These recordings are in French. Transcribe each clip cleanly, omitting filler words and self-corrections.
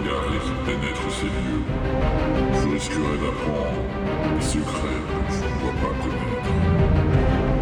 m'égarer et pénètre ces lieux, je risquerais d'apprendre des secrets que je ne dois pas connaître.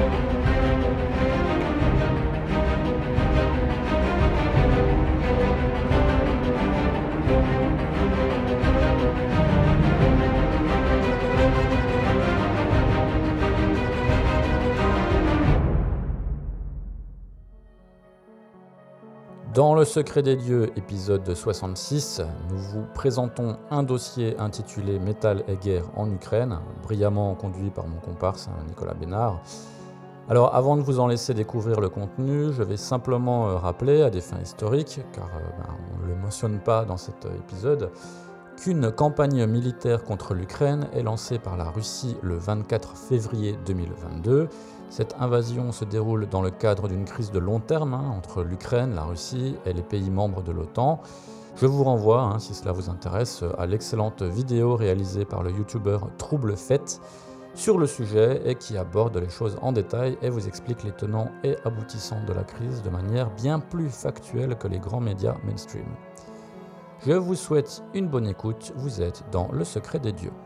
Dans Le Secret des Dieux, épisode 66, nous vous présentons un dossier intitulé Métal et guerre en Ukraine, brillamment conduit par mon comparse Nicolas Bénard. Alors avant de vous en laisser découvrir le contenu, je vais simplement rappeler à des fins historiques, car on ne le mentionne pas dans cet épisode, qu'une campagne militaire contre l'Ukraine est lancée par la Russie le 24 février 2022. Cette invasion se déroule dans le cadre d'une crise de long terme entre l'Ukraine, la Russie et les pays membres de l'OTAN. Je vous renvoie, si cela vous intéresse, à l'excellente vidéo réalisée par le youtubeur Trouble Fête sur le sujet et qui aborde les choses en détail et vous explique les tenants et aboutissants de la crise de manière bien plus factuelle que les grands médias mainstream. Je vous souhaite une bonne écoute, vous êtes dans Le Secret des Dieux.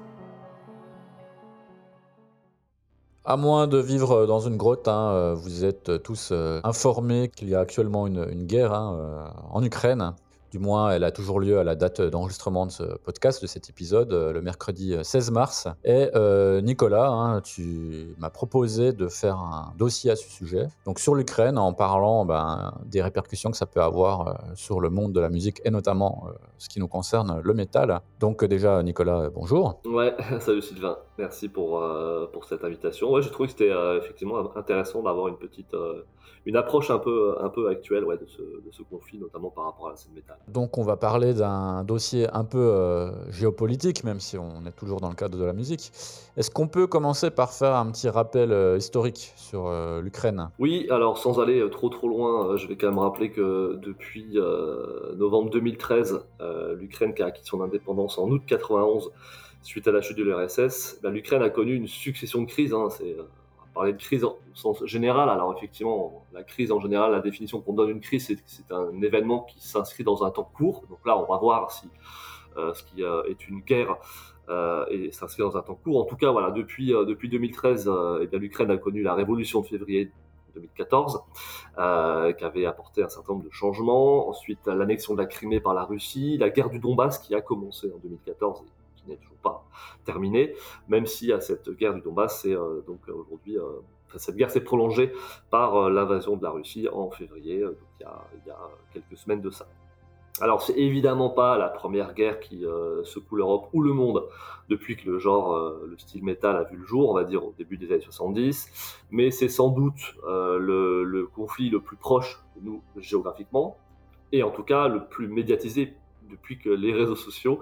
À moins de vivre dans une grotte, vous êtes tous informés qu'il y a actuellement une guerre en Ukraine. Du moins, elle a toujours lieu à la date d'enregistrement de ce podcast, de cet épisode, le mercredi 16 mars. Et Nicolas, tu m'as proposé de faire un dossier à ce sujet, donc sur l'Ukraine, en parlant des répercussions que ça peut avoir sur le monde de la musique, et notamment ce qui nous concerne, le métal. Donc déjà, Nicolas, bonjour. Ouais, salut Sylvain, merci pour cette invitation. Ouais, j'ai trouvé que c'était effectivement intéressant d'avoir une approche un peu actuelle de ce conflit, notamment par rapport à la scène métal. Donc on va parler d'un dossier un peu géopolitique, même si on est toujours dans le cadre de la musique. Est-ce qu'on peut commencer par faire un petit rappel historique sur l'Ukraine ? Oui, alors sans aller trop loin, je vais quand même rappeler que depuis novembre 2013, l'Ukraine qui a acquis son indépendance en août 91, suite à la chute de l'URSS, l'Ukraine a connu une succession de crises. On va parler de crise au sens général. Alors effectivement, la crise en général, la définition qu'on donne d'une crise, c'est un événement qui s'inscrit dans un temps court. Donc là, on va voir si ce qui est une guerre et s'inscrit dans un temps court. En tout cas, voilà, depuis 2013, l'Ukraine a connu la révolution de février 2014, qui avait apporté un certain nombre de changements. Ensuite, l'annexion de la Crimée par la Russie, la guerre du Donbass qui a commencé en 2014 et qui n'est toujours pas terminée, même si à cette guerre du Donbass, c'est donc aujourd'hui, cette guerre s'est prolongée par l'invasion de la Russie en février, donc il y a quelques semaines de ça. Alors c'est évidemment pas la première guerre qui secoue l'Europe ou le monde depuis que le style métal a vu le jour, on va dire au début des années 70, mais c'est sans doute le conflit le plus proche de nous géographiquement, et en tout cas le plus médiatisé depuis que les réseaux sociaux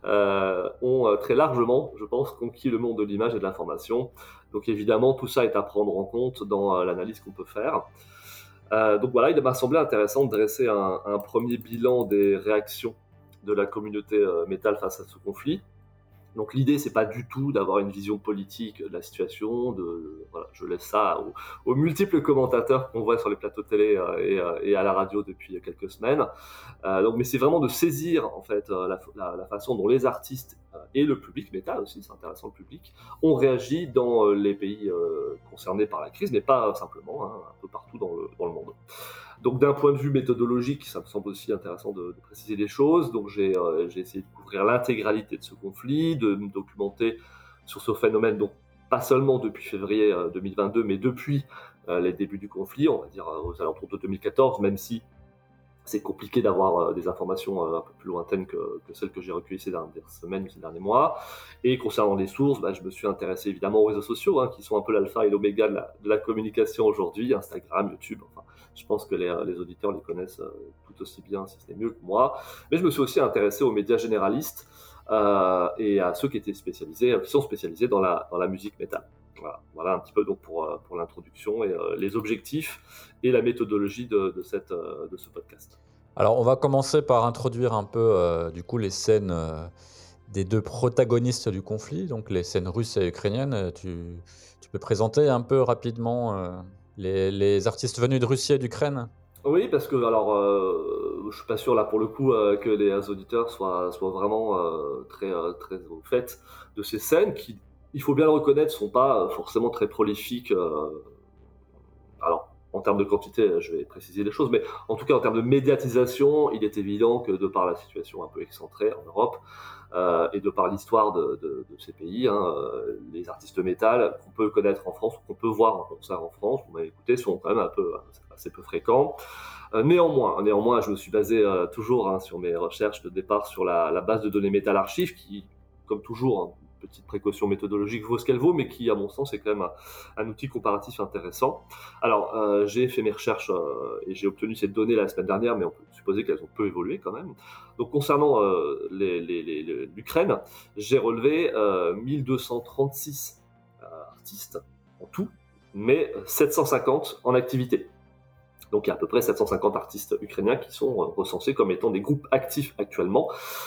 ont très largement, je pense, conquis le monde de l'image et de l'information. Donc évidemment, tout ça est à prendre en compte dans l'analyse qu'on peut faire. Donc voilà, il m'a semblé intéressant de dresser un premier bilan des réactions de la communauté métal face à ce conflit. Donc l'idée, c'est pas du tout d'avoir une vision politique de la situation. Voilà, je laisse ça aux multiples commentateurs qu'on voit sur les plateaux de télé et à la radio depuis quelques semaines. Mais c'est vraiment de saisir en fait la façon dont les artistes et le public métal aussi, c'est intéressant le public, ont réagi dans les pays concernés par la crise, mais pas simplement, un peu partout dans le monde. Donc d'un point de vue méthodologique, ça me semble aussi intéressant de préciser les choses. Donc j'ai essayé de couvrir l'intégralité de ce conflit, de me documenter sur ce phénomène, donc pas seulement depuis février 2022, mais depuis les débuts du conflit, on va dire aux alentours de 2014, même si c'est compliqué d'avoir des informations un peu plus lointaines que celles que j'ai recueillies ces dernières semaines ou ces derniers mois. Et concernant les sources, je me suis intéressé évidemment aux réseaux sociaux, qui sont un peu l'alpha et l'oméga de la communication aujourd'hui, Instagram, YouTube, enfin, je pense que les auditeurs les connaissent tout aussi bien, si ce n'est mieux que moi. Mais je me suis aussi intéressé aux médias généralistes et à ceux qui sont spécialisés dans la musique métal. Voilà un petit peu donc pour l'introduction et les objectifs et la méthodologie de ce podcast. Alors on va commencer par introduire un peu les scènes des deux protagonistes du conflit, donc les scènes russes et ukrainiennes. Tu peux présenter un peu rapidement les artistes venus de Russie et d'Ukraine ? Oui, parce que alors, je suis pas sûr là pour le coup que les auditeurs soient vraiment très au fait de ces scènes qui, il faut bien le reconnaître, sont pas forcément très prolifiques. Alors, en termes de quantité, je vais préciser les choses, mais en tout cas en termes de médiatisation, il est évident que de par la situation un peu excentrée en Europe, et de par l'histoire de ces pays, hein, les artistes métal qu'on peut connaître en France, qu'on peut voir en concert en France, vous m'avez écouté, sont quand même un peu assez peu fréquents. Néanmoins, je me suis basé toujours sur mes recherches de départ sur la base de données Metal Archive, qui, comme toujours, hein, petite précaution méthodologique vaut ce qu'elle vaut, mais qui, à mon sens, est quand même un outil comparatif intéressant. Alors, j'ai fait mes recherches et j'ai obtenu ces données la semaine dernière, mais on peut supposer qu'elles ont peu évolué quand même. Donc, concernant l'Ukraine, j'ai relevé 1236 artistes en tout, mais 750 en activité. Donc il y a à peu près 750 artistes ukrainiens qui sont recensés comme étant des groupes actifs actuellement,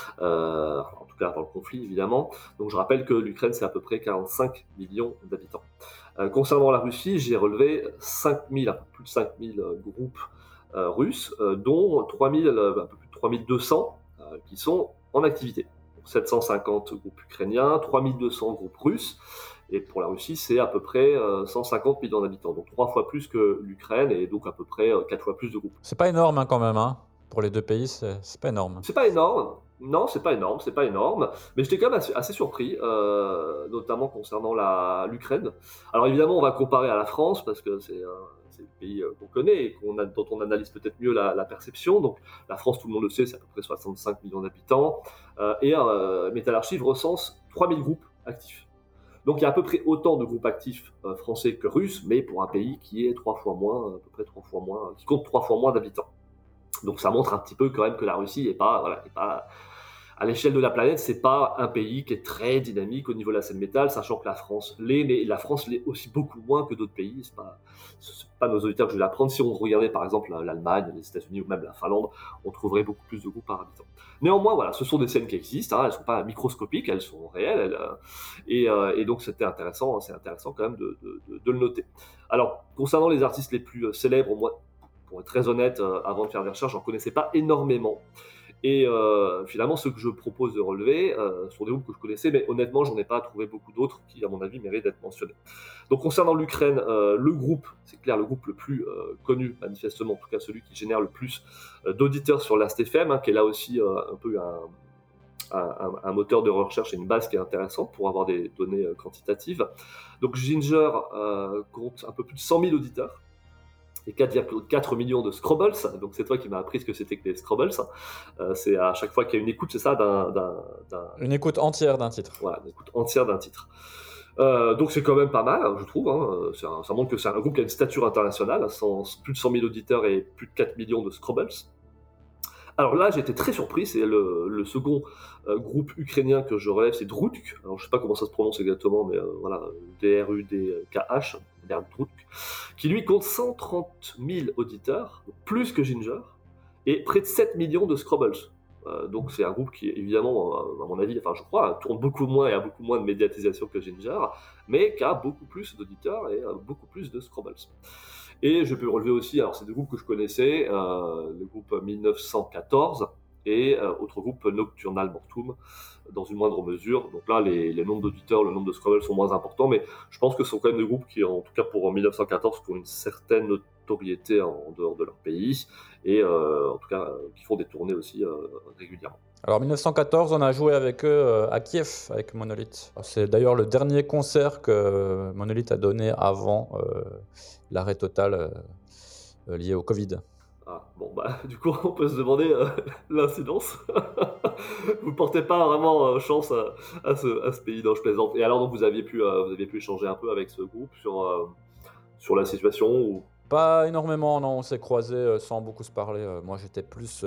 en tout cas dans le conflit évidemment. Donc je rappelle que l'Ukraine c'est à peu près 45 millions d'habitants. Concernant la Russie, j'ai relevé 5000, un peu plus de 5000 groupes russes, dont 3000, un peu plus de 3200 qui sont en activité. Donc 750 groupes ukrainiens, 3200 groupes russes. Et pour la Russie, c'est à peu près 150 millions d'habitants, donc 3 fois plus que l'Ukraine et donc à peu près 4 fois plus de groupes. C'est pas énorme quand même, hein. Pour les deux pays, c'est pas énorme. C'est pas énorme, non, c'est pas énorme, mais j'étais quand même assez surpris, notamment concernant l'Ukraine. Alors évidemment, on va comparer à la France parce que c'est le pays qu'on connaît et dont on analyse peut-être mieux la perception. Donc la France, tout le monde le sait, c'est à peu près 65 millions d'habitants, et Metal Archive recense 3000 groupes actifs. Donc il y a à peu près autant de groupes actifs français que russes, mais pour un pays qui est 3 fois moins, à peu près 3 fois moins, qui compte 3 fois moins d'habitants. Donc ça montre un petit peu quand même que la Russie est pas à l'échelle de la planète, c'est pas un pays qui est très dynamique au niveau de la scène métal, sachant que la France l'est, mais la France l'est aussi beaucoup moins que d'autres pays. C'est pas nos auditeurs que je vais l'apprendre. Si on regardait par exemple l'Allemagne, les États-Unis ou même la Finlande, on trouverait beaucoup plus de groupes par habitant. Néanmoins, voilà, ce sont des scènes qui existent, hein, elles sont pas microscopiques, elles sont réelles, et donc c'est intéressant quand même de le noter. Alors, concernant les artistes les plus célèbres, moi, pour être très honnête, avant de faire des recherches, j'en connaissais pas énormément. Et finalement, ceux que je propose de relever sont des groupes que je connaissais, mais honnêtement, j'en ai pas trouvé beaucoup d'autres qui, à mon avis, méritent d'être mentionnés. Donc, concernant l'Ukraine, le groupe, c'est clair, le groupe le plus connu, manifestement, en tout cas celui qui génère le plus d'auditeurs sur Last.fm, hein, qui est là aussi un peu un moteur de recherche et une base qui est intéressante pour avoir des données quantitatives. Donc, Ginger compte un peu plus de 100 000 auditeurs et 4,4 millions de Scrobbles. Donc c'est toi qui m'as appris ce que c'était que les Scrobbles. C'est à chaque fois qu'il y a une écoute, c'est ça, Une écoute entière d'un titre. Voilà, une écoute entière d'un titre. Donc c'est quand même pas mal, je trouve. Hein. Ça montre que c'est un groupe qui a une stature internationale, plus de 100 000 auditeurs et plus de 4 millions de Scrobbles. Alors là, j'ai été très surpris, c'est le second groupe ukrainien que je relève, c'est Drutk. Alors je sais pas comment ça se prononce exactement, mais voilà, D-R-U-D-K-H, Drutk, qui lui compte 130 000 auditeurs, plus que Ginger, et près de 7 millions de Scrobbles. Donc c'est un groupe qui, évidemment, à mon avis, enfin je crois, tourne beaucoup moins et a beaucoup moins de médiatisation que Ginger, mais qui a beaucoup plus d'auditeurs et beaucoup plus de Scrobbles. Et je peux relever aussi, alors c'est deux groupes que je connaissais, le groupe 1914 et autre groupe Nocturnal Mortum, dans une moindre mesure. Donc là, les nombres d'auditeurs, le nombre de Scrabble sont moins importants, mais je pense que ce sont quand même des groupes qui, en tout cas pour 1914, qui ont une certaine notoriété en dehors de leur pays, et en tout cas qui font des tournées aussi régulièrement. Alors 1914, on a joué avec eux à Kiev, avec Monolith. C'est d'ailleurs le dernier concert que Monolith a donné avant l'arrêt total lié au Covid. Ah, bon, bah, du coup, on peut se demander l'incidence. Vous portez pas vraiment chance à ce pays, non, je plaisante. Et alors, donc, vous aviez pu échanger un peu avec ce groupe sur la situation ou... Pas énormément, non, on s'est croisés sans beaucoup se parler. Moi, j'étais plus...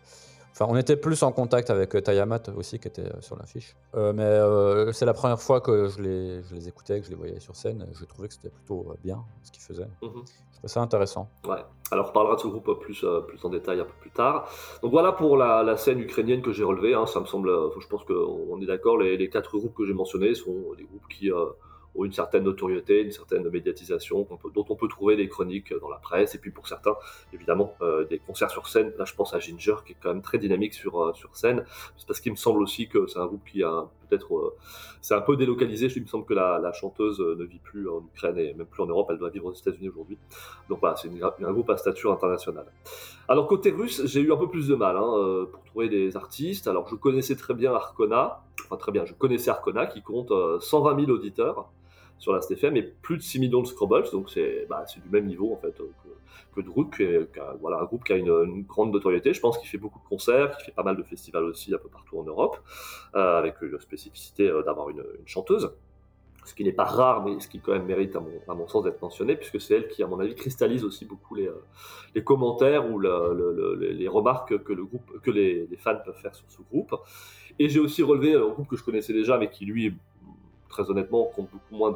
on était plus en contact avec Tayamat aussi, qui était sur l'affiche. Mais c'est la première fois que je les écoutais, que je les voyais sur scène. Je trouvais que c'était plutôt bien ce qu'ils faisaient. Je trouvais ça intéressant. Ouais. Alors, on reparlera de ce groupe plus en détail un peu plus tard. Donc voilà pour la scène ukrainienne que j'ai relevée. Hein, ça me semble, je pense qu'on est d'accord, les 4 groupes que j'ai mentionnés sont des groupes qui ont une certaine notoriété, une certaine médiatisation, dont on peut trouver des chroniques dans la presse, et puis pour certains, évidemment, des concerts sur scène. Là, je pense à Ginger, qui est quand même très dynamique sur scène. C'est parce qu'il me semble aussi que c'est un groupe qui a peut-être... c'est un peu délocalisé. Il me semble que la chanteuse ne vit plus en Ukraine et même plus en Europe. Elle doit vivre aux États-Unis aujourd'hui. Donc voilà, c'est un groupe à stature internationale. Alors côté russe, j'ai eu un peu plus de mal pour trouver des artistes. Alors je connaissais très bien Arkona, je connaissais Arkona qui compte 120 000 auditeurs sur la STFM et plus de 6 millions de Scrubbles, donc c'est du même niveau en fait que Druk, un groupe qui a une grande notoriété. Je pense qu'il fait beaucoup de concerts, qu'il fait pas mal de festivals aussi un peu partout en Europe, avec la spécificité d'avoir une chanteuse. Ce qui n'est pas rare, mais ce qui quand même mérite à mon sens d'être mentionné, puisque c'est elle qui, à mon avis, cristallise aussi beaucoup les commentaires ou les remarques que les fans peuvent faire sur ce groupe. Et j'ai aussi relevé un groupe que je connaissais déjà, mais qui lui, très honnêtement, compte beaucoup moins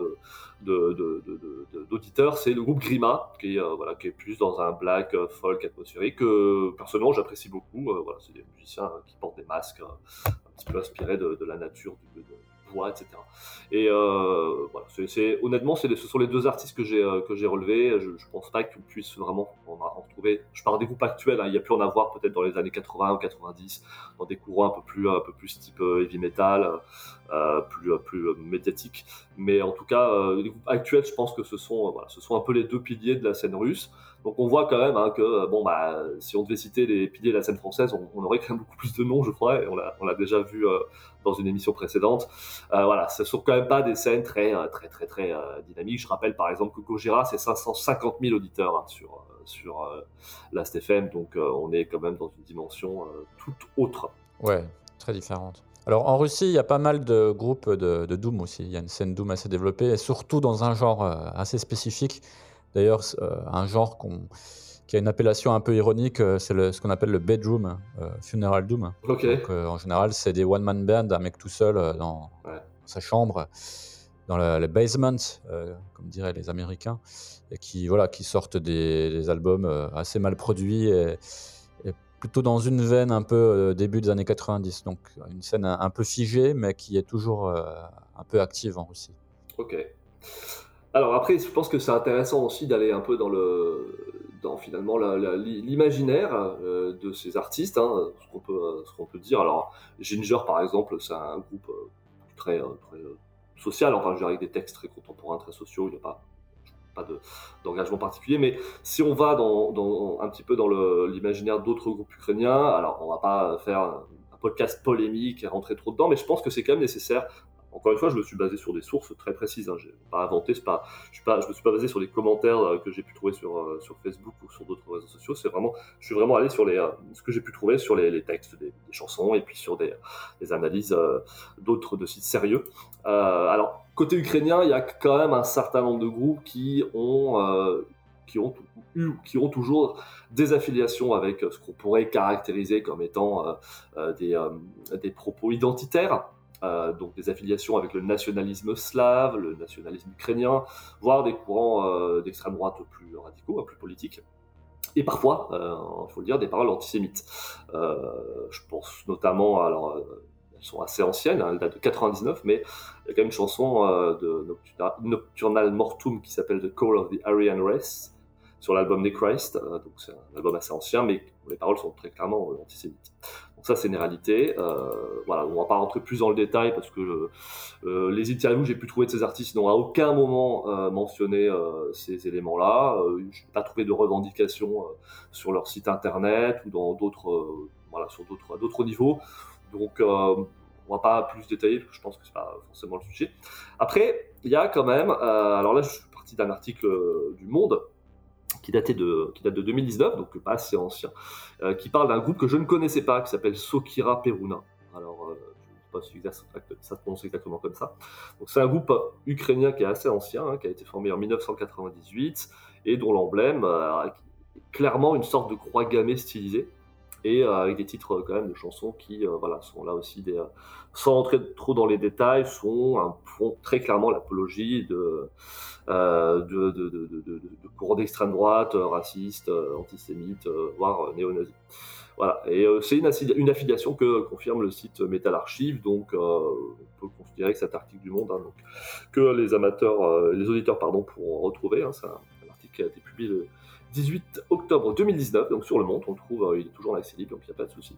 d'auditeurs, c'est le groupe Grima, qui est plus dans un black folk atmosphérique, que personnellement j'apprécie beaucoup. C'est des musiciens qui portent des masques un petit peu inspirés de la nature, de voix, etc. Et honnêtement, ce sont les deux artistes que j'ai relevés. Je pense pas qu'on puisse vraiment en retrouver. Je parle des groupes actuels, il y a pu en avoir peut-être dans les années 80 ou 90, dans des courants un peu plus type heavy metal, plus médiatique. Mais en tout cas, les groupes actuels, je pense que ce sont un peu les deux piliers de la scène russe. Donc on voit quand même que si on devait citer les piliers de la scène française, on aurait quand même beaucoup plus de noms, je crois, et on l'a déjà vu dans une émission précédente. Ce sont quand même pas des scènes très dynamiques. Je rappelle par exemple que Gojira, c'est 550 000 auditeurs sur la STFM, donc on est quand même dans une dimension toute autre. Ouais, très différente. Alors en Russie, il y a pas mal de groupes de Doom aussi. Il y a une scène Doom assez développée, et surtout dans un genre assez spécifique. D'ailleurs, un genre qui a une appellation un peu ironique, c'est ce qu'on appelle le bedroom funeral doom. Okay. Donc en général, c'est des one-man band, un mec tout seul dans sa chambre, dans le basement, comme diraient les Américains, et qui sortent des albums assez mal produits et plutôt dans une veine un peu début des années 90. Donc une scène un peu figée, mais qui est toujours un peu active en Russie. Ok. Alors après, je pense que c'est intéressant aussi d'aller un peu dans finalement l'imaginaire de ces artistes, ce qu'on peut dire. Alors Ginger par exemple, c'est un groupe très social, enfin je dirais avec des textes très contemporains, très sociaux. Il n'y a pas d'engagement particulier, mais si on va un petit peu dans l'imaginaire d'autres groupes ukrainiens, alors on va pas faire un podcast polémique et rentrer trop dedans, mais je pense que c'est quand même nécessaire. Encore une fois, je me suis basé sur des sources très précises. Je n'ai pas inventé. Je me suis pas basé sur des commentaires que j'ai pu trouver sur Facebook ou sur d'autres réseaux sociaux. Je suis vraiment allé sur ce que j'ai pu trouver sur les textes des chansons et puis sur des analyses d'autres de sites sérieux. Alors, côté ukrainien, il y a quand même un certain nombre de groupes qui ont toujours des affiliations avec ce qu'on pourrait caractériser comme étant des propos identitaires. Donc des affiliations avec le nationalisme slave, le nationalisme ukrainien, voire des courants d'extrême droite plus radicaux, plus politiques. Et parfois, il faut le dire, des paroles antisémites. Je pense notamment, elles sont assez anciennes, elles datent de 99, mais il y a quand même une chanson de Nocturnal Mortum qui s'appelle The Call of the Aryan Race, sur l'album They Christ, donc c'est un album assez ancien, mais les paroles sont très clairement antisémites. Donc ça, c'est une réalité. On va pas rentrer plus dans le détail parce que les interviews que j'ai pu trouver de ces artistes n'ont à aucun moment mentionné ces éléments-là. Je n'ai pas trouvé de revendications sur leur site internet ou dans sur d'autres niveaux. Donc on va pas plus détailler parce que je pense que c'est pas forcément le sujet. Après, il y a quand même, alors là, je suis parti d'un article du Monde qui date de 2019, donc pas assez ancien, qui parle d'un groupe que je ne connaissais pas, qui s'appelle Sokira Peruna. Alors, je ne sais pas si ça se prononce exactement comme ça. Donc, c'est un groupe ukrainien qui est assez ancien, qui a été formé en 1998, et dont l'emblème est clairement une sorte de croix gammée stylisée, et avec des titres quand même de chansons qui sont là aussi sans rentrer trop dans les détails, font très clairement l'apologie de courants d'extrême droite, racistes, antisémites, voire néo-nazis. Voilà, et c'est une affiliation que confirme le site Metal Archive, donc on peut considérer que cet article du Monde, hein, donc, que les auditeurs pourront retrouver. Hein, c'est un article qui a été publié le 18 octobre 2019, donc sur Le Monde, on le trouve, il est toujours en accès libre, donc il n'y a pas de souci.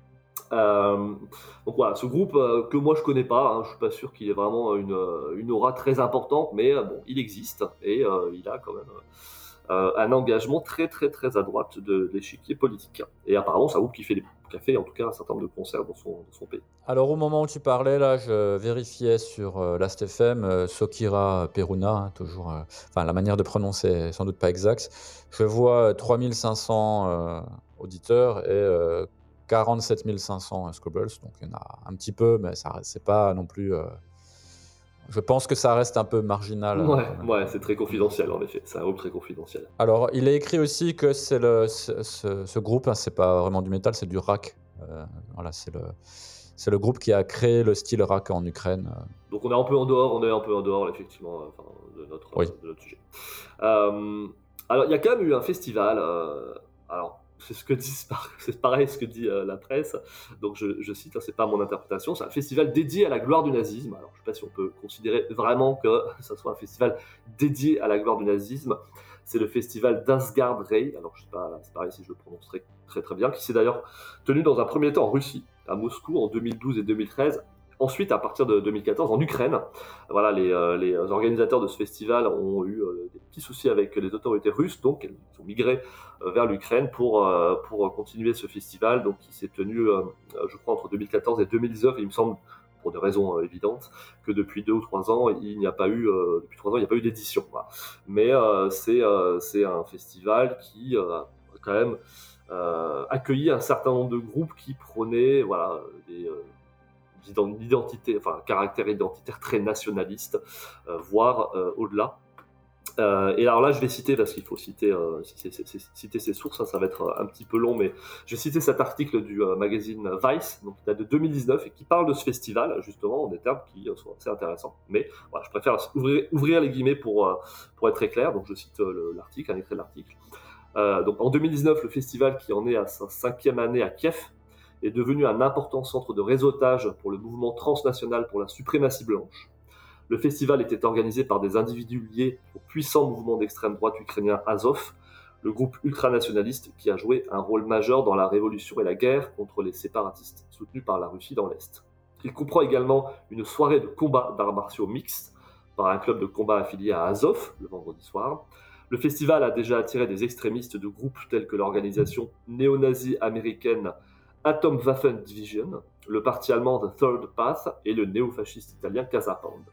Donc voilà, ce groupe que moi je connais pas, hein, je suis pas sûr qu'il ait vraiment une aura très importante, mais bon, il existe et il a quand même un engagement très très très à droite de l'échiquier politique. Et apparemment, c'est un groupe qui a fait en tout cas un certain nombre de concerts dans son pays. Alors au moment où tu parlais, là, je vérifiais sur Last.fm, Sokira Peruna, hein, toujours, la manière de prononcer est sans doute pas exacte. Je vois 3500 auditeurs et 47 500 Scrubbles, donc il y en a un petit peu, mais c'est pas non plus... Je pense que ça reste un peu marginal. Ouais, c'est très confidentiel en effet, c'est un groupe très confidentiel. Alors, il est écrit aussi que ce groupe, hein, c'est pas vraiment du métal, c'est du rock. Voilà, c'est le groupe qui a créé le style rock en Ukraine. Donc on est un peu en dehors effectivement de notre sujet. Alors il y a quand même eu un festival. Alors c'est pareil ce que dit la presse. Donc je cite, hein, c'est pas mon interprétation, c'est un festival dédié à la gloire du nazisme. Alors je sais pas si on peut considérer vraiment que ça soit un festival dédié à la gloire du nazisme. C'est le festival d'Asgard Rey. Alors je sais pas, c'est pareil si je le prononce très très, très bien, qui s'est d'ailleurs tenu dans un premier temps en Russie, à Moscou en 2012 et 2013. Ensuite, à partir de 2014, en Ukraine. Voilà, les organisateurs de ce festival ont eu des petits soucis avec les autorités russes, donc ils ont migré vers l'Ukraine pour continuer ce festival, donc qui s'est tenu, je crois, entre 2014 et 2019. Et il me semble, pour des raisons évidentes, que depuis 2 ou 3 ans, il n'y a pas eu d'édition. Voilà. Mais c'est un festival qui a quand même accueilli un certain nombre de groupes qui prônaient un caractère identitaire très nationaliste, voire au-delà. Et alors là, je vais citer, parce qu'il faut citer ses sources, hein, ça va être un petit peu long, mais je vais citer cet article du magazine Vice, donc qui date de 2019, et qui parle de ce festival, justement, en des termes qui sont assez intéressants. Mais voilà, je préfère ouvrir les guillemets pour être très clair, donc je cite l'article, un extrait de l'article. Donc en 2019, le festival, qui en est à sa 5e année à Kiev, est devenu un important centre de réseautage pour le mouvement transnational pour la suprématie blanche. Le festival était organisé par des individus liés au puissant mouvement d'extrême droite ukrainien Azov, le groupe ultranationaliste qui a joué un rôle majeur dans la révolution et la guerre contre les séparatistes, soutenus par la Russie dans l'Est. Il comprend également une soirée de combat d'arts martiaux mixtes par un club de combat affilié à Azov, le vendredi soir. Le festival a déjà attiré des extrémistes de groupes tels que l'organisation néo-nazie américaine Atomwaffen Division, le parti allemand The Third Path et le néo-fasciste italien Casa Pound.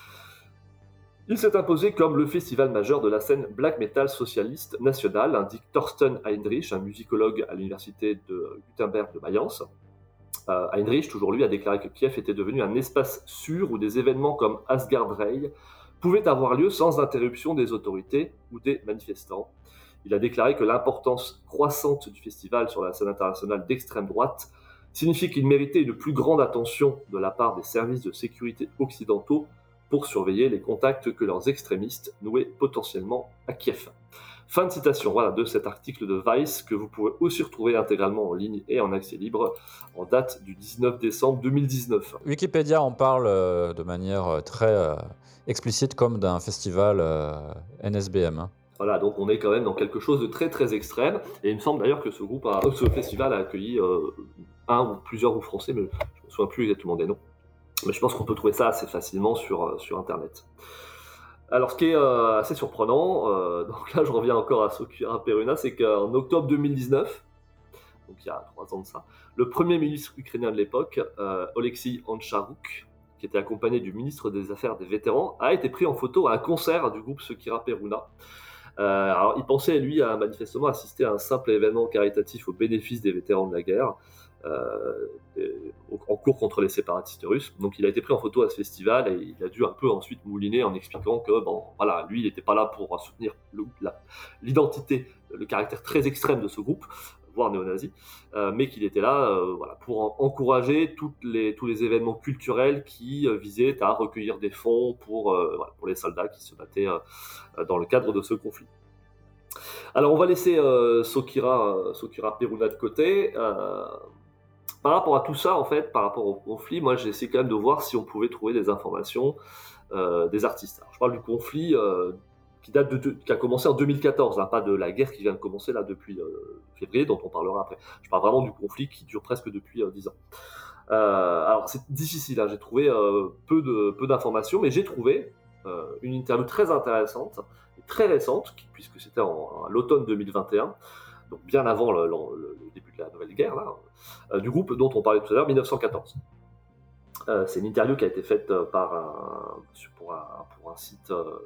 Il s'est imposé comme le festival majeur de la scène black metal socialiste nationale, indique Thorsten Heinrich, un musicologue à l'université de Gutenberg de Mayence. Heinrich, toujours lui, a déclaré que Kiev était devenu un espace sûr où des événements comme Asgard Rey pouvaient avoir lieu sans interruption des autorités ou des manifestants. Il a déclaré que l'importance croissante du festival sur la scène internationale d'extrême droite signifie qu'il méritait une plus grande attention de la part des services de sécurité occidentaux pour surveiller les contacts que leurs extrémistes nouaient potentiellement à Kiev. Fin de citation, voilà, de cet article de Vice que vous pouvez aussi retrouver intégralement en ligne et en accès libre en date du 19 décembre 2019. Wikipédia en parle de manière très explicite comme d'un festival NSBM. Hein. Voilà, donc on est quand même dans quelque chose de très très extrême. Et il me semble d'ailleurs que ce festival a accueilli un ou plusieurs groupes français, mais je ne me souviens plus exactement des noms. Mais je pense qu'on peut trouver ça assez facilement sur Internet. Alors ce qui est assez surprenant, donc là je reviens encore à Sokira Peruna, c'est qu'en octobre 2019, donc il y a 3 ans de ça, le premier ministre ukrainien de l'époque, Oleksiy Honcharuk, qui était accompagné du ministre des Affaires des Vétérans, a été pris en photo à un concert du groupe Sokira Peruna. Alors, il pensait, lui, à manifestement assister à un simple événement caritatif au bénéfice des vétérans de la guerre, en cours contre les séparatistes russes. Donc, il a été pris en photo à ce festival et il a dû un peu ensuite mouliner en expliquant que, lui, il n'était pas là pour soutenir l'identité, le caractère très extrême de ce groupe, voire néo-nazi, mais qu'il était là pour encourager tous les événements culturels qui visaient à recueillir des fonds pour les soldats qui se battaient dans le cadre de ce conflit. Alors on va laisser Sokira Peruna de côté. Par rapport à tout ça, en fait, par rapport au conflit, moi j'ai essayé quand même de voir si on pouvait trouver des informations des artistes. Alors, je parle du conflit qui a commencé en 2014, hein, pas de la guerre qui vient de commencer là depuis février, dont on parlera après. Je parle vraiment du conflit qui dure presque depuis 10 ans. Alors c'est difficile, hein, j'ai trouvé peu d'informations, mais j'ai trouvé une interview très intéressante et très récente, puisque c'était à l'automne 2021, donc bien avant le début de la nouvelle guerre, là, du groupe dont on parlait tout à l'heure, 1914. C'est une interview qui a été faite pour un site,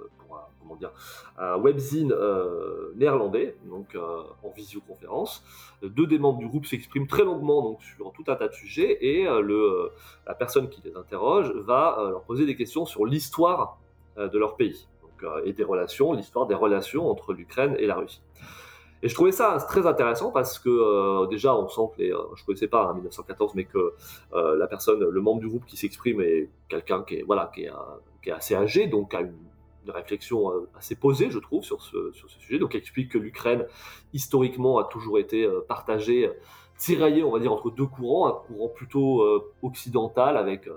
un webzine néerlandais, donc en visioconférence. Deux des membres du groupe s'expriment très longuement donc, sur tout un tas de sujets et la personne qui les interroge va leur poser des questions sur l'histoire de leur pays donc, et l'histoire des relations entre l'Ukraine et la Russie. Et je trouvais ça très intéressant parce que déjà on sent que je connaissais pas 1914, mais que la personne, le membre du groupe qui s'exprime est quelqu'un qui est assez âgé, donc a une réflexion assez posée, je trouve, sur ce sujet. Donc, il explique que l'Ukraine historiquement a toujours été partagée, tiraillée, on va dire, entre deux courants, un courant plutôt occidental avec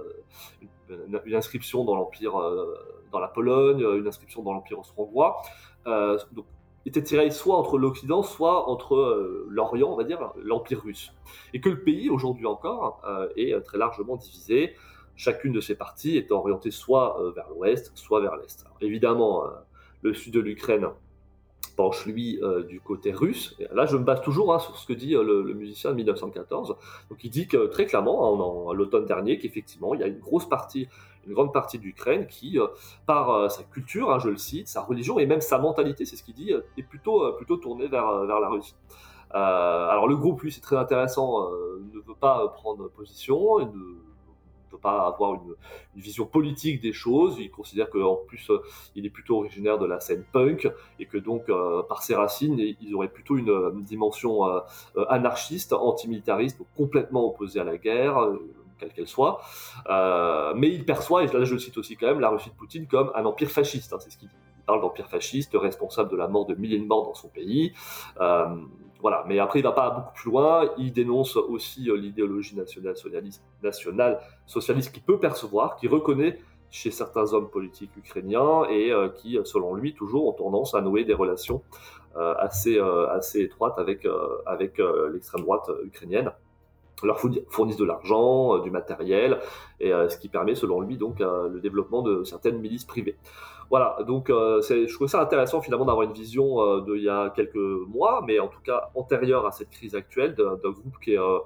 une inscription dans l'empire, dans la Pologne, une inscription dans l'empire austro-hongrois. Donc était tiraillé soit entre l'Occident, soit entre l'Orient, on va dire, l'Empire russe. Et que le pays, aujourd'hui encore, est très largement divisé, chacune de ces parties étant orientée soit vers l'Ouest, soit vers l'Est. Alors, évidemment, le sud de l'Ukraine penche, lui, du côté russe. Et là, je me base toujours sur ce que dit le musicien de 1914. Donc, il dit que, très clairement, à l'automne dernier, qu'effectivement, il y a une grande partie d'Ukraine qui, par sa culture, je le cite, sa religion et même sa mentalité, c'est ce qu'il dit, est plutôt tournée vers la Russie. Alors le groupe, lui, c'est très intéressant, ne veut pas prendre position, ne peut pas avoir une vision politique des choses. Il considère qu'en plus, il est plutôt originaire de la scène punk et que donc, par ses racines, ils auraient plutôt une dimension anarchiste, antimilitariste, donc complètement opposée à la guerre, quelle qu'elle soit. Mais il perçoit, et là je le cite aussi quand même, la Russie de Poutine comme un empire fasciste. C'est ce qu'il dit. Il parle d'empire fasciste, responsable de la mort de milliers de morts dans son pays. Voilà, mais après il va pas beaucoup plus loin. Il dénonce aussi l'idéologie nationale-socialiste qu'il peut percevoir, qu'il reconnaît chez certains hommes politiques ukrainiens et qui, selon lui, toujours ont tendance à nouer des relations assez étroites avec l'extrême droite ukrainienne. Leur fournissent de l'argent, du matériel, et ce qui permet, selon lui, donc le développement de certaines milices privées. Voilà, donc je trouve ça intéressant finalement d'avoir une vision d'il y a quelques mois, mais en tout cas antérieure à cette crise actuelle, d'un groupe qui a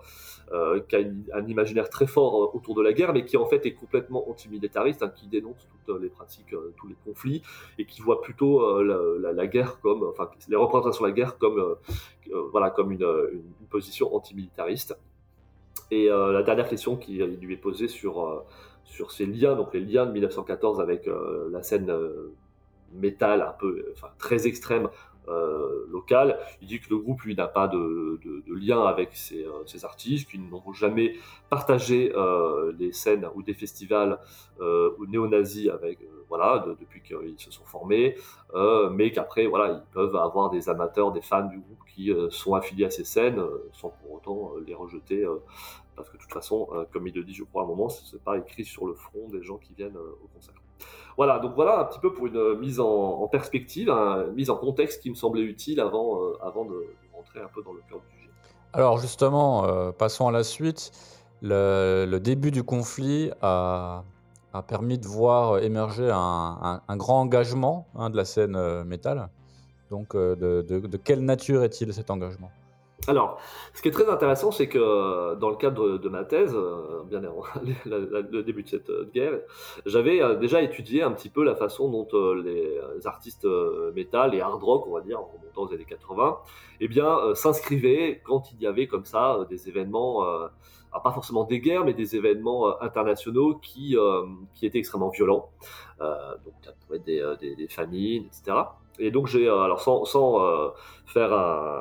un imaginaire très fort autour de la guerre, mais qui en fait est complètement antimilitariste, qui dénonce toutes les pratiques, tous les conflits, et qui voit plutôt la guerre comme, enfin les représentations de la guerre comme, comme une position antimilitariste. Et la dernière question qui lui est posée sur ces liens, donc les liens de 1914 avec la scène métal un peu, très extrême locale, il dit que le groupe lui n'a pas de lien avec ces artistes, qu'ils n'ont jamais partagé des scènes ou des festivals néo-nazis avec depuis qu'ils se sont formés, mais qu'après ils peuvent avoir des amateurs, des fans du groupe qui sont affiliés à ces scènes sans pour autant les rejeter. Parce que de toute façon, comme il le dit, je crois, à un moment, c'est pas écrit sur le front des gens qui viennent au concert. Voilà, donc voilà un petit peu pour une mise en perspective, une mise en contexte qui me semblait utile avant de rentrer un peu dans le cœur du sujet. Alors justement, passons à la suite. Le début du conflit a permis de voir émerger un grand engagement de la scène métal. Donc de quelle nature est-il cet engagement ? Alors, ce qui est très intéressant, c'est que dans le cadre de ma thèse, bien avant le début de cette guerre, j'avais déjà étudié un petit peu la façon dont les artistes métal et hard rock, on va dire, en remontant aux années 80, s'inscrivaient quand il y avait comme ça des événements, pas forcément des guerres, mais des événements internationaux qui étaient extrêmement violents. Donc, ça pouvait être des famines, etc. Et donc, j'ai, alors sans faire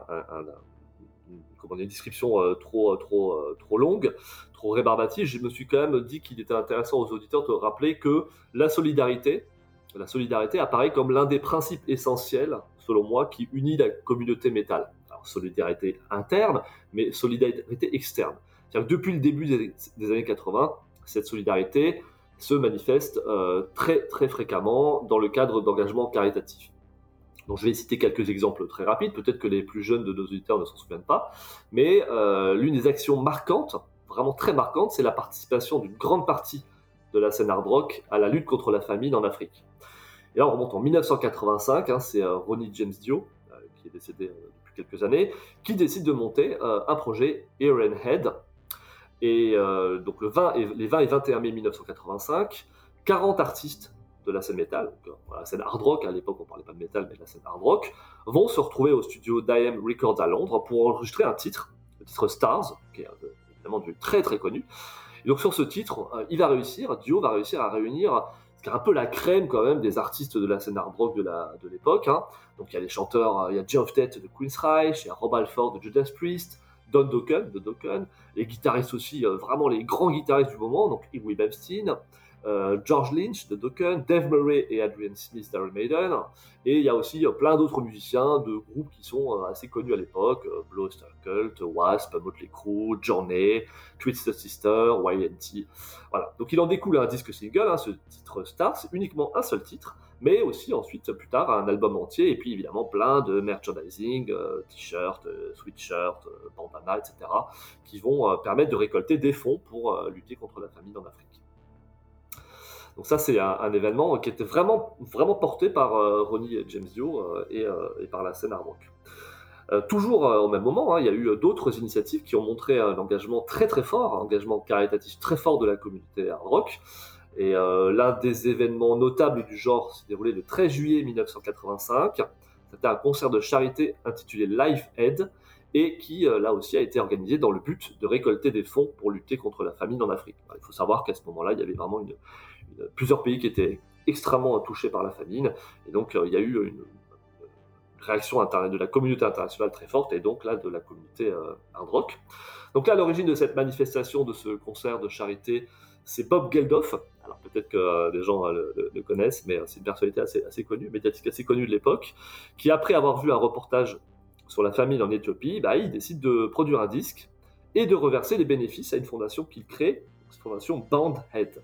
une description trop longue, trop rébarbative, je me suis quand même dit qu'il était intéressant aux auditeurs de rappeler que la solidarité apparaît comme l'un des principes essentiels selon moi, qui unit la communauté métal. Alors, solidarité interne, mais solidarité externe. C'est-à-dire que depuis le début des années 80, cette solidarité se manifeste très, très fréquemment dans le cadre d'engagements caritatifs. Donc, je vais citer quelques exemples très rapides, peut-être que les plus jeunes de nos auditeurs ne s'en souviennent pas, mais l'une des actions marquantes, vraiment très marquante, c'est la participation d'une grande partie de la scène hard rock à la lutte contre la famine en Afrique. Et là, on remonte en 1985, c'est Ronnie James Dio, qui est décédé depuis quelques années, qui décide de monter un projet Ironhead. Et donc les 20 et 21 mai 1985, 40 artistes de la scène métal, donc, la scène hard rock, à l'époque on ne parlait pas de métal, mais de la scène hard rock, vont se retrouver au studio d'IM Records à Londres pour enregistrer un titre, le titre Stars, qui est évidemment devenu très très connu. Et donc sur ce titre, Dio va réussir à réunir ce qui est un peu la crème quand même des artistes de la scène hard rock de l'époque. Donc il y a les chanteurs, il y a Geoff Tate de Queensryche, il y a Rob Halford de Judas Priest, Don Dokken de Dokken, les guitaristes aussi, vraiment les grands guitaristes du moment, donc Iggy Bebstein, George Lynch de Dokken, Dave Murray et Adrian Smith d'Iron Maiden, et il y a aussi plein d'autres musiciens de groupes qui sont assez connus à l'époque, Blue Oyster Cult, Wasp, Motley Crue, Journey, Twisted Sister, YNT. Voilà. Donc il en découle un disque single, ce titre Star, c'est uniquement un seul titre, mais aussi ensuite plus tard un album entier, et puis évidemment plein de merchandising, t-shirts, sweatshirts, bandanas, etc., qui vont permettre de récolter des fonds pour lutter contre la famine en Afrique. Donc ça, c'est un événement qui était vraiment, vraiment porté par Ronnie James Dio et par la scène hard rock. Toujours au même moment, il y a eu d'autres initiatives qui ont montré un engagement très très fort, un engagement caritatif très fort de la communauté hard rock. Et l'un des événements notables du genre s'est déroulé le 13 juillet 1985. C'était un concert de charité intitulé Life Aid et qui, là aussi, a été organisé dans le but de récolter des fonds pour lutter contre la famine en Afrique. Alors, il faut savoir qu'à ce moment-là, il y avait vraiment plusieurs pays qui étaient extrêmement touchés par la famine, et donc il y a eu une réaction de la communauté internationale très forte, et donc là de la communauté hard rock. Donc là, à l'origine de cette manifestation, de ce concert de charité, c'est Bob Geldof. Alors peut-être que des gens le connaissent, mais c'est une personnalité assez connue, médiatique assez connue de l'époque, qui après avoir vu un reportage sur la famine en Éthiopie, il décide de produire un disque et de reverser les bénéfices à une fondation qu'il crée, cette fondation Bandhead.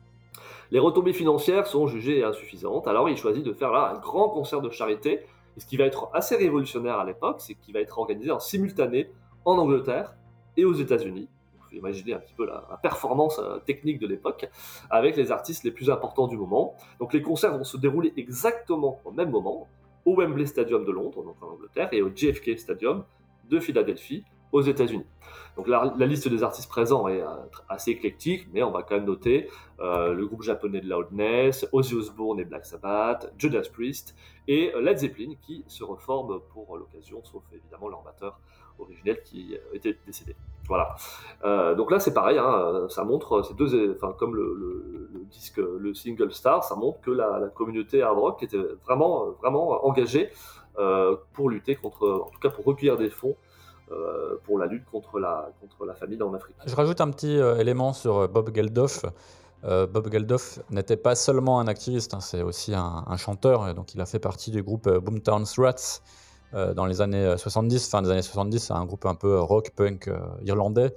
Les retombées financières sont jugées insuffisantes, alors il choisit de faire là un grand concert de charité. Et ce qui va être assez révolutionnaire à l'époque, c'est qu'il va être organisé en simultané en Angleterre et aux États-Unis. Vous pouvez imaginer un petit peu la performance technique de l'époque, avec les artistes les plus importants du moment. Donc les concerts vont se dérouler exactement au même moment, au Wembley Stadium de Londres, donc en Angleterre, et au JFK Stadium de Philadelphie, aux États-Unis. Donc la liste des artistes présents est assez éclectique, mais on va quand même noter le groupe japonais de Loudness, Ozzy Osbourne et Black Sabbath, Judas Priest et Led Zeppelin qui se reforment pour l'occasion, sauf évidemment leur batteur originel qui était décédé. Voilà. Donc là c'est pareil, ça montre ces deux, comme le disque, le single Star, ça montre que la communauté hard rock était vraiment vraiment engagée pour lutter contre, en tout cas pour recueillir des fonds pour la lutte contre la famine en Afrique. Je rajoute un petit élément sur Bob Geldof. Bob Geldof n'était pas seulement un activiste, c'est aussi un chanteur. Et donc il a fait partie du groupe Boomtown Rats dans les années 70. Fin des années 70, c'est un groupe un peu rock punk irlandais.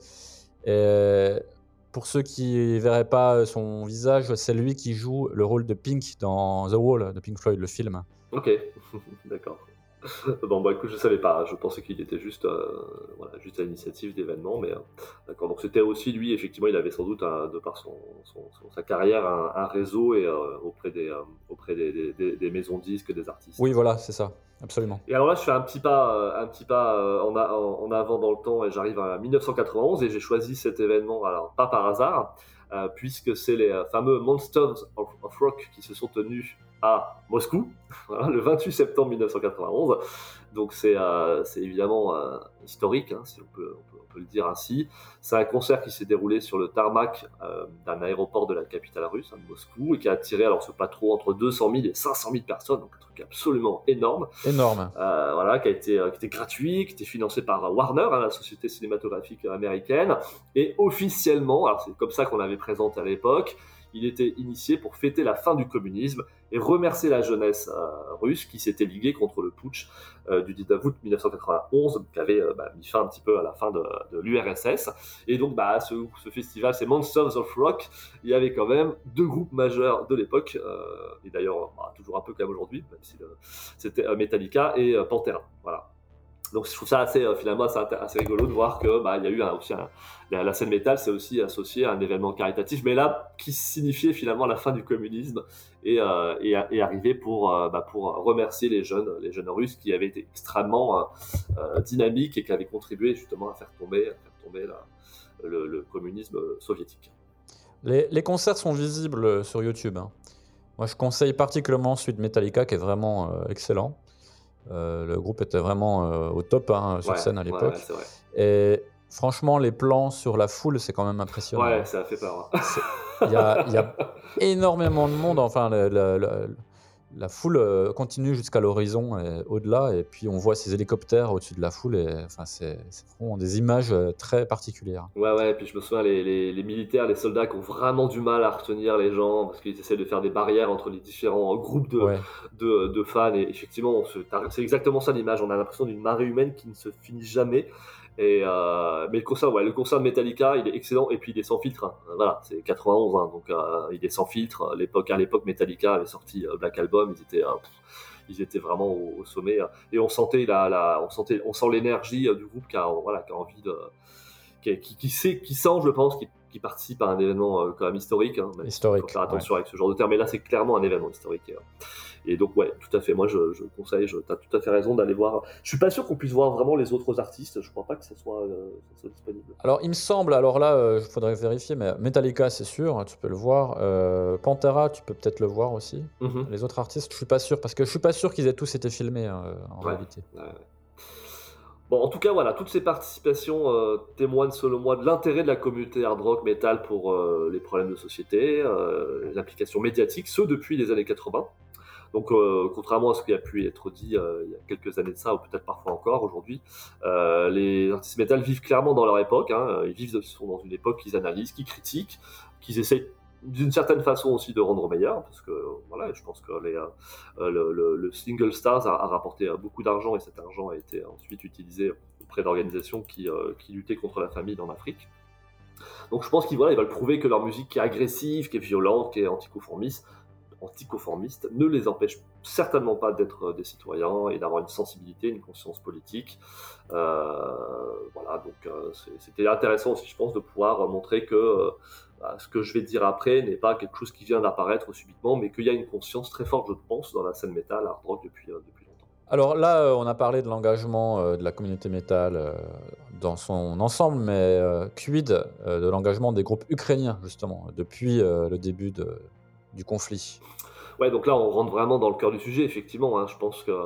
Et pour ceux qui ne verraient pas son visage, c'est lui qui joue le rôle de Pink dans The Wall de Pink Floyd, le film. Ok, d'accord. Bon, écoute, je savais pas, je pensais qu'il était juste à l'initiative d'événements, mais d'accord. Donc c'était aussi lui, effectivement, il avait sans doute, de par sa carrière, un réseau et auprès des maisons de disques, des artistes. Oui, voilà, c'est ça, absolument. Et alors là, je fais un petit pas en avant dans le temps et j'arrive à 1991 et j'ai choisi cet événement, alors pas par hasard, puisque c'est les fameux Monsters of Rock qui se sont tenus à Moscou, le 28 septembre 1991. Donc c'est évidemment historique, si on peut le dire ainsi. C'est un concert qui s'est déroulé sur le tarmac d'un aéroport de la capitale russe, de Moscou, et qui a attiré, alors c'est pas trop, entre 200 000 et 500 000 personnes, donc un truc absolument énorme. Énorme. Qui était gratuit, qui était financé par Warner, la société cinématographique américaine, et officiellement, alors c'est comme ça qu'on avait présente à l'époque. Il était initié pour fêter la fin du communisme et remercier la jeunesse russe qui s'était liguée contre le putsch du 19 août 1991, qui avait mis fin un petit peu à la fin de l'URSS. Et donc, ce festival, c'est Monsters of Rock. Il y avait quand même 2 groupes majeurs de l'époque, et d'ailleurs toujours un peu comme aujourd'hui, même si c'était Metallica et Pantera. Voilà. Donc je trouve ça finalement assez rigolo de voir que il y a eu la scène métal s'est aussi associée à un événement caritatif, mais là qui signifiait finalement la fin du communisme et arrivé pour remercier les jeunes Russes qui avaient été extrêmement dynamiques et qui avaient contribué justement à faire tomber le communisme soviétique. Les concerts sont visibles sur YouTube, hein. Moi, je conseille particulièrement celui de Metallica qui est vraiment excellent. Le groupe était vraiment au top sur scène à l'époque. Ouais, c'est vrai. Et franchement, les plans sur la foule, c'est quand même impressionnant. Ouais, ça a fait peur. Il y a énormément de monde. Enfin, la foule continue jusqu'à l'horizon et au-delà. Et puis, on voit ces hélicoptères au-dessus de la foule. Et, enfin, c'est vraiment des images très particulières. Ouais, et puis je me souviens, les militaires, les soldats qui ont vraiment du mal à retenir les gens parce qu'ils essaient de faire des barrières entre les différents groupes de fans. Et effectivement, c'est exactement ça l'image. On a l'impression d'une marée humaine qui ne se finit jamais. Mais le concert de Metallica, il est excellent et puis il est sans filtre. Hein. Voilà, c'est 91, donc il est sans filtre. À l'époque, Metallica avait sorti Black Album, ils étaient vraiment au sommet et on sent l'énergie du groupe qui a envie qui sent, je pense, qui participe à un événement quand même historique. Hein, historique. Il faut faire attention avec ce genre de terme, mais là c'est clairement un événement historique. Et donc tout à fait, moi je conseille, tu as tout à fait raison d'aller voir. Je suis pas sûr qu'on puisse voir vraiment les autres artistes, je crois pas que ça soit disponible. Alors il me semble, il faudrait vérifier, mais Metallica c'est sûr, tu peux le voir. Pantera, tu peux peut-être le voir aussi. Mm-hmm. Les autres artistes, je suis pas sûr, parce que je suis pas sûr qu'ils aient tous été filmés en réalité. Ouais. Bon, en tout cas, voilà, toutes ces participations témoignent selon moi de l'intérêt de la communauté hard rock metal pour les problèmes de société, l'implication médiatique, ceux depuis les années 80. Donc, contrairement à ce qui a pu être dit il y a quelques années de ça, ou peut-être parfois encore aujourd'hui, les artistes metal vivent clairement dans leur époque. Hein, ils sont dans une époque qu'ils analysent, qu'ils critiquent, qu'ils essayent d'une certaine façon aussi de rendre meilleur, parce que voilà, je pense que le Single Stars a rapporté beaucoup d'argent et cet argent a été ensuite utilisé auprès d'organisations qui luttaient contre la famine en Afrique. Donc je pense qu'ils veulent prouver que leur musique qui est agressive, qui est violente, qui est anticonformiste, ne les empêche certainement pas d'être des citoyens et d'avoir une sensibilité, une conscience politique. C'était intéressant aussi, je pense, de pouvoir montrer que ce que je vais dire après n'est pas quelque chose qui vient d'apparaître subitement, mais qu'il y a une conscience très forte, je pense, dans la scène métal, hard rock depuis longtemps. Alors là, on a parlé de l'engagement de la communauté métal dans son ensemble, mais quid de l'engagement des groupes ukrainiens, justement, depuis le début du conflit? Ouais, donc là, on rentre vraiment dans le cœur du sujet, effectivement. Hein, je pense que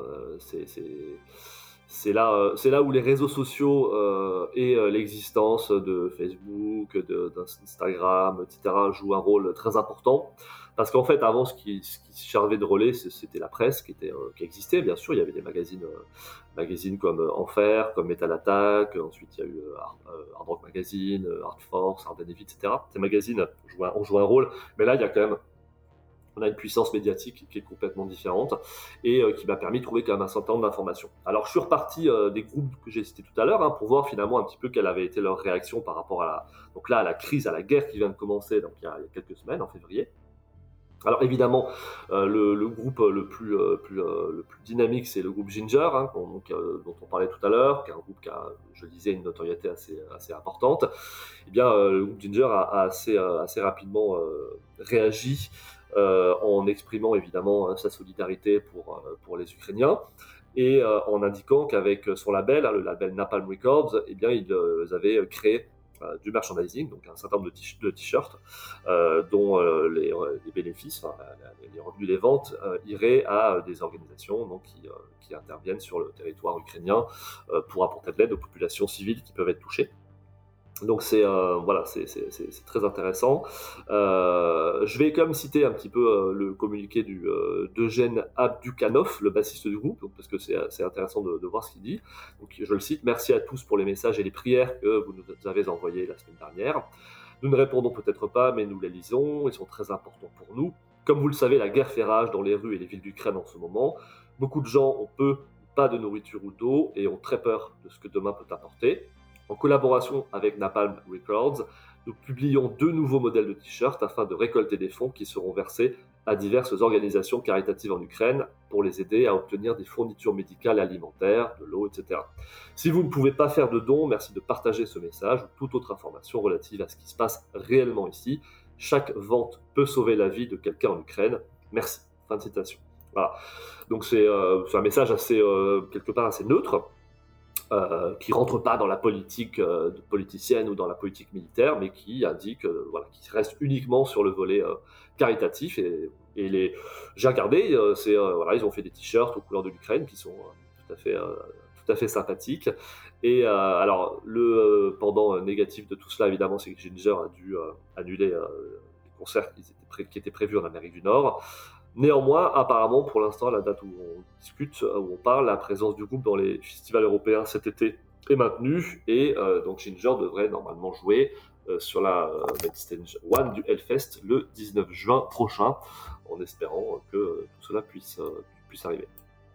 c'est là où les réseaux sociaux et l'existence de Facebook, d'Instagram, etc. jouent un rôle très important. Parce qu'en fait, avant, ce qui servait de relais, c'était la presse qui existait, bien sûr. Il y avait des magazines comme Enfer, comme Metal Attack. Ensuite, il y a eu Hard Rock Magazine, Hard Force, Hard Heavy, etc. Ces magazines ont joué un rôle. Mais là, on a une puissance médiatique qui est complètement différente et qui m'a permis de trouver quand même un certain nombre d'informations. Alors, je suis reparti des groupes que j'ai cités tout à l'heure pour voir finalement un petit peu quelle avait été leur réaction par rapport à la crise, à la guerre qui vient de commencer donc il y a quelques semaines, en février. Alors évidemment, le groupe le plus dynamique, c'est le groupe Ginger, dont on parlait tout à l'heure, qui est un groupe qui a, je le disais, une notoriété assez importante. Eh bien, le groupe Ginger a assez rapidement réagi en exprimant évidemment sa solidarité pour les Ukrainiens et en indiquant qu'avec son label, le label Napalm Records, eh bien, ils avaient créé du merchandising, donc un certain nombre de t-shirts dont les bénéfices, les revenus des ventes iraient à des organisations donc, qui interviennent sur le territoire ukrainien pour apporter de l'aide aux populations civiles qui peuvent être touchées. Donc c'est très intéressant. Je vais quand même citer un petit peu le communiqué d'Eugène Abdukanov, le bassiste du groupe, parce que c'est intéressant de voir ce qu'il dit. Donc je le cite: merci à tous pour les messages et les prières que vous nous avez envoyés la semaine dernière. Nous ne répondons peut-être pas, mais nous les lisons, ils sont très importants pour nous. Comme vous le savez, la guerre fait rage dans les rues et les villes d'Ukraine en ce moment. Beaucoup de gens ont peu, pas de nourriture ou d'eau et ont très peur de ce que demain peut apporter. En collaboration avec Napalm Records, nous publions 2 nouveaux modèles de t-shirts afin de récolter des fonds qui seront versés à diverses organisations caritatives en Ukraine pour les aider à obtenir des fournitures médicales et alimentaires, de l'eau, etc. Si vous ne pouvez pas faire de dons, merci de partager ce message ou toute autre information relative à ce qui se passe réellement ici. Chaque vente peut sauver la vie de quelqu'un en Ukraine. Merci. Fin de citation. Voilà. Donc c'est un message assez, quelque part assez neutre, qui rentre pas dans la politique politicienne ou dans la politique militaire, mais qui indique, voilà, qui reste uniquement sur le volet caritatif. Et j'ai regardé, voilà, ils ont fait des t-shirts aux couleurs de l'Ukraine qui sont tout à fait sympathiques. Et alors le pendant négatif de tout cela, évidemment, c'est que Ginger a dû annuler les concerts qui étaient prévus en Amérique du Nord. Néanmoins, apparemment, pour l'instant, à la date où on discute, où on parle, la présence du groupe dans les festivals européens cet été est maintenue, et donc Ginger devrait normalement jouer sur la Main Stage 1 du Hellfest le 19 juin prochain, en espérant que tout cela puisse arriver.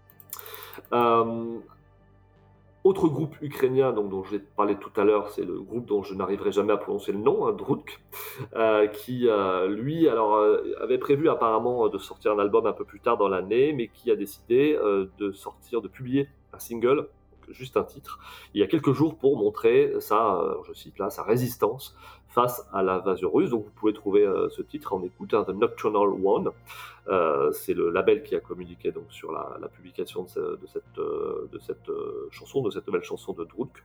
Autre groupe ukrainien dont je vais parler tout à l'heure, c'est le groupe dont je n'arriverai jamais à prononcer le nom, Drutk, qui lui avait prévu apparemment de sortir un album un peu plus tard dans l'année, mais qui a décidé de publier un single, donc juste un titre, il y a quelques jours pour montrer je cite là, sa résistance face à l'invasion russe. Donc vous pouvez trouver ce titre en écoute, The Nocturnal One. C'est le label qui a communiqué donc sur la publication de cette chanson, de cette nouvelle chanson de Drutk.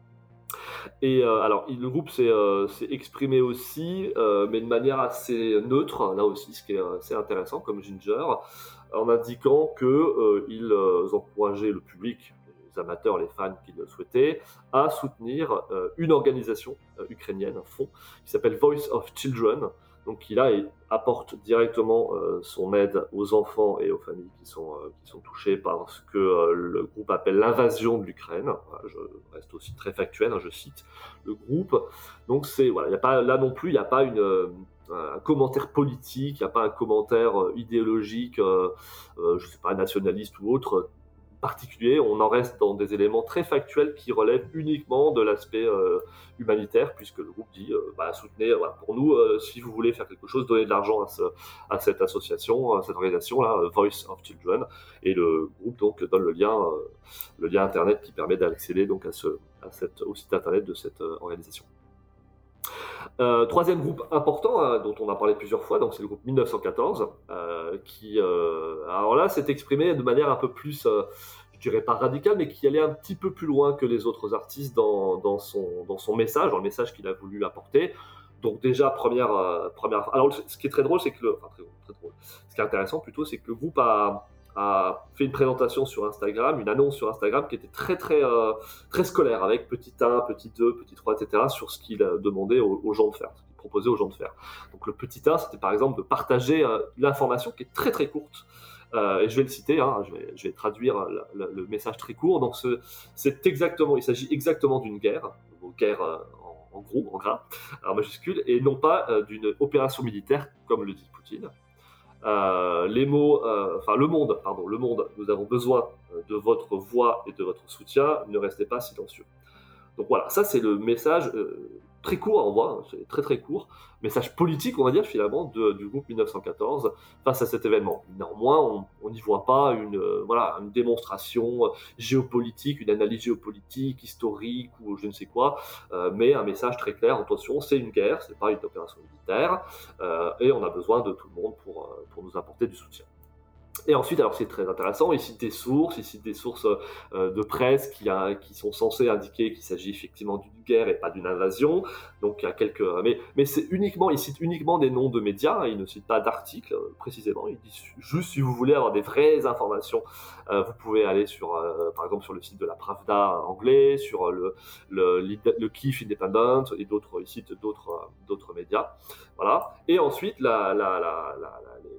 Et alors le groupe s'est exprimé aussi, mais de manière assez neutre, là aussi, ce qui est assez intéressant, comme Ginger, en indiquant qu'ils encourageaient le public, les amateurs, les fans qui le souhaitaient, à soutenir une organisation ukrainienne, un fonds, qui s'appelle Voice of Children, donc qui là apporte directement son aide aux enfants et aux familles qui sont touchées par ce que le groupe appelle l'invasion de l'Ukraine. Voilà, je reste aussi très factuel, je cite le groupe. Donc voilà, il y a pas là non plus, il n'y a pas un commentaire politique, il n'y a pas un commentaire idéologique, je sais pas, nationaliste ou autre particulier. On en reste dans des éléments très factuels qui relèvent uniquement de l'aspect humanitaire, puisque le groupe dit soutenez, voilà, pour nous, si vous voulez faire quelque chose, donnez de l'argent à cette association, à cette organisation-là, Voice of Children, et le groupe donc donne le lien internet qui permet d'accéder donc au site internet de cette organisation. Troisième groupe important, dont on a parlé plusieurs fois, donc c'est le groupe 1914, qui alors là s'est exprimé de manière un peu plus, je dirais pas radicale, mais qui allait un petit peu plus loin que les autres artistes dans son message, dans le message qu'il a voulu apporter. Donc déjà première. Alors ce qui est très drôle, c'est que très drôle. Ce qui est intéressant plutôt, c'est que le groupe a fait une présentation sur Instagram, une annonce sur Instagram qui était très très scolaire, avec petit 1, petit 2, petit 3, etc., sur ce qu'il demandait aux gens de faire, ce qu'il proposait aux gens de faire. Donc le petit 1, c'était par exemple de partager l'information qui est très très courte, et je vais le citer, je vais traduire le message très court. Donc il s'agit exactement d'une guerre, en gros, en gras, en majuscule, et non pas d'une opération militaire, comme le dit Poutine. Le monde, nous avons besoin de votre voix et de votre soutien, ne restez pas silencieux. Donc voilà, ça c'est le message très court, on voit, c'est très très court, message politique, on va dire, finalement, du groupe 1914 face à cet événement. Néanmoins, on n'y voit pas une démonstration géopolitique, une analyse géopolitique, historique ou je ne sais quoi, mais un message très clair, attention, c'est une guerre, c'est pas une opération militaire, et on a besoin de tout le monde pour nous apporter du soutien. Et ensuite, alors c'est très intéressant, il cite des sources de presse qui sont censées indiquer qu'il s'agit effectivement d'une guerre et pas d'une invasion. Donc il y a quelques, mais il cite uniquement des noms de médias, il ne cite pas d'articles précisément. Il dit juste, si vous voulez avoir des vraies informations, vous pouvez aller par exemple sur le site de la Pravda anglais, sur le Kyiv Independent et d'autres, il cite d'autres médias. Voilà. Et ensuite le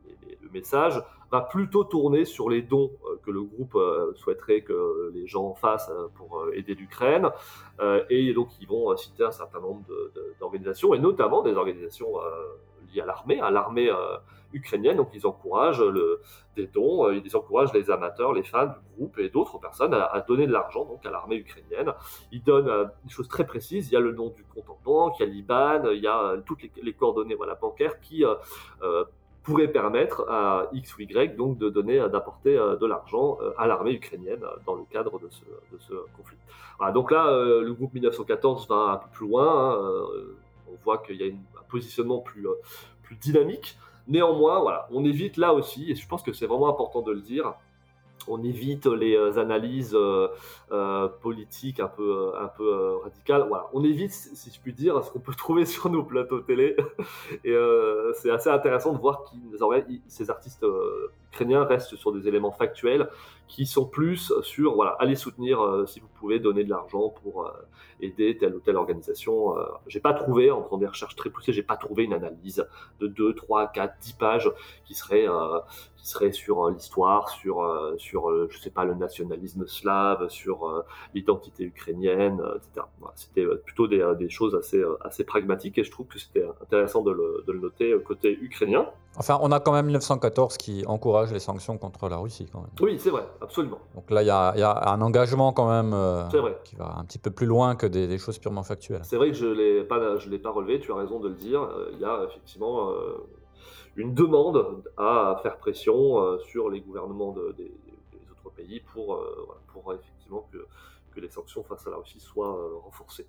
message va plutôt tourner sur les dons que le groupe souhaiterait que les gens fassent pour aider l'Ukraine. Et donc, ils vont citer un certain nombre d'organisations, et notamment des organisations liées à l'armée ukrainienne. Donc, ils encouragent des dons, ils encouragent les amateurs, les fans du groupe et d'autres personnes à donner de l'argent donc, à l'armée ukrainienne. Ils donnent des choses très précises. Il y a le nom du compte en banque, il y a l'IBAN, il y a toutes les coordonnées bancaires qui pourrait permettre à X ou Y donc d'apporter de l'argent à l'armée ukrainienne dans le cadre de ce conflit. Voilà, donc là, le groupe 1914 va un peu plus loin. On voit qu'il y a un positionnement plus dynamique. Néanmoins, voilà, on évite là aussi, et je pense que c'est vraiment important de le dire, on évite les analyses politiques un peu radicales. Voilà, on évite, si je puis dire, ce qu'on peut trouver sur nos plateaux télé. Et c'est assez intéressant de voir que ces artistes ukrainiens restent sur des éléments factuels qui sont plus sur, voilà, allez soutenir si vous pouvez, donner de l'argent pour aider telle ou telle organisation. J'ai pas trouvé, en faisant des recherches très poussées, j'ai pas trouvé une analyse de 2, 3, 4, 10 pages qui serait sur l'histoire, sur je sais pas, le nationalisme slave, sur l'identité ukrainienne, etc. Voilà, c'était plutôt des choses assez pragmatiques, et je trouve que c'était intéressant de le noter côté ukrainien. Enfin, on a quand même 1914 qui encourage les sanctions contre la Russie, quand même. Oui, c'est vrai, absolument. Donc là, il y a un engagement quand même C'est vrai. qui va un petit peu plus loin que des choses purement factuelles. C'est vrai que je l'ai pas relevé, tu as raison de le dire. Il y a effectivement une demande à faire pression sur les gouvernements des autres pays pour effectivement que les sanctions face à la Russie soient renforcées.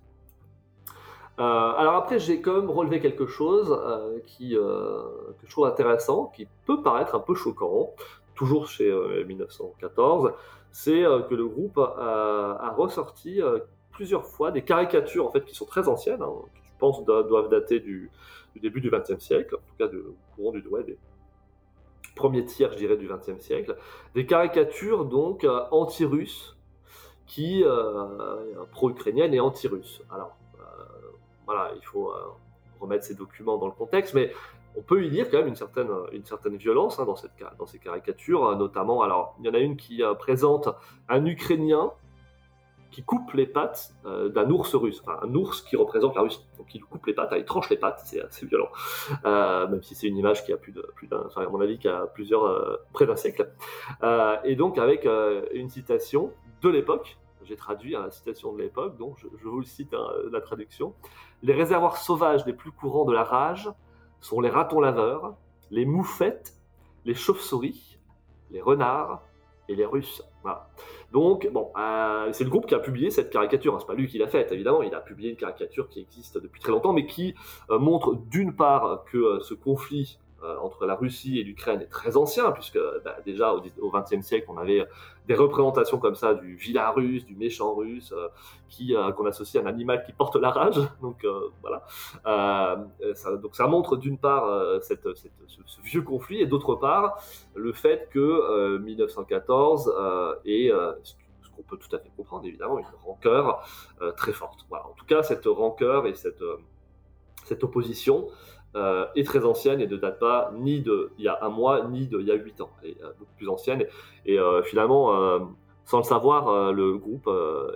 Alors après, j'ai quand même relevé quelque chose que je trouve intéressant, qui peut paraître un peu choquant, toujours chez 1914, c'est que le groupe a ressorti plusieurs fois des caricatures en fait qui sont très anciennes, qui je pense doivent dater du début du XXe siècle, en tout cas du courant des premiers tiers, je dirais, du XXe siècle, des caricatures donc anti-russes qui pro-ukrainiennes et anti-russes. Alors voilà, il faut remettre ces documents dans le contexte, mais on peut y lire quand même une certaine violence dans ces caricatures, notamment. Alors, il y en a une qui présente un Ukrainien qui coupe les pattes d'un ours russe, enfin un ours qui représente la Russie. Donc il coupe les pattes, il tranche les pattes, c'est assez violent, même si c'est une image qui a à mon avis, qui a près d'un siècle. Et donc avec une citation de l'époque. J'ai traduit la citation de l'époque, donc je vous le cite, la traduction. « Les réservoirs sauvages les plus courants de la rage sont les ratons laveurs, les moufettes, les chauves-souris, les renards et les Russes. » Voilà. Donc, bon, c'est le groupe qui a publié cette caricature. C'est pas lui qui l'a faite, évidemment. Il a publié une caricature qui existe depuis très longtemps, mais qui montre d'une part que ce conflit entre la Russie et l'Ukraine est très ancien, puisque déjà au XXe siècle, on avait des représentations comme ça du vilain russe, du méchant russe, qu'on associe à un animal qui porte la rage. Donc voilà. Donc ça montre d'une part ce vieux conflit, et d'autre part le fait que 1914 est ce qu'on peut tout à fait comprendre, évidemment, une rancœur très forte. Voilà. En tout cas, cette rancœur et cette opposition est très ancienne et ne date pas ni d'il y a un mois, ni d'il y a 8 ans. Elle est beaucoup plus ancienne. Et finalement, sans le savoir, le groupe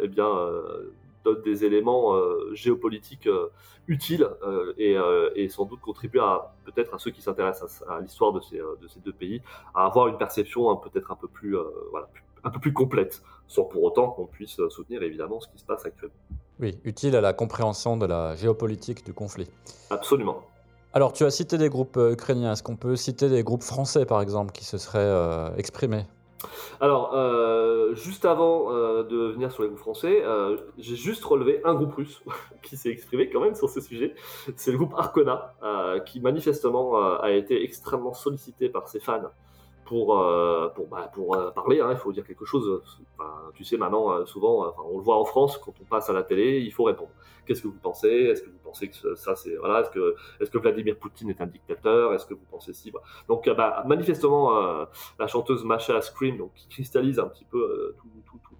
donne des éléments géopolitiques utiles et sans doute contribue peut-être à ceux qui s'intéressent à l'histoire de ces deux pays, à avoir une perception peut-être un peu plus complète, sans pour autant qu'on puisse soutenir évidemment ce qui se passe actuellement. Oui, utile à la compréhension de la géopolitique du conflit. Absolument. Alors, tu as cité des groupes ukrainiens. Est-ce qu'on peut citer des groupes français, par exemple, qui se seraient exprimés ? Alors, juste avant de venir sur les groupes français, j'ai juste relevé un groupe russe qui s'est exprimé quand même sur ce sujet. C'est le groupe Arkona, qui manifestement a été extrêmement sollicité par ses fans pour parler, il faut dire quelque chose. Tu sais, maintenant, souvent, on le voit en France, quand on passe à la télé, il faut répondre. Qu'est-ce que vous pensez ? Est-ce que vous pensez que ça, c'est... Voilà, est-ce que Vladimir Poutine est un dictateur ? Est-ce que vous pensez si... Voilà. Donc, manifestement, la chanteuse Masha Scream, donc, qui cristallise un petit peu toutes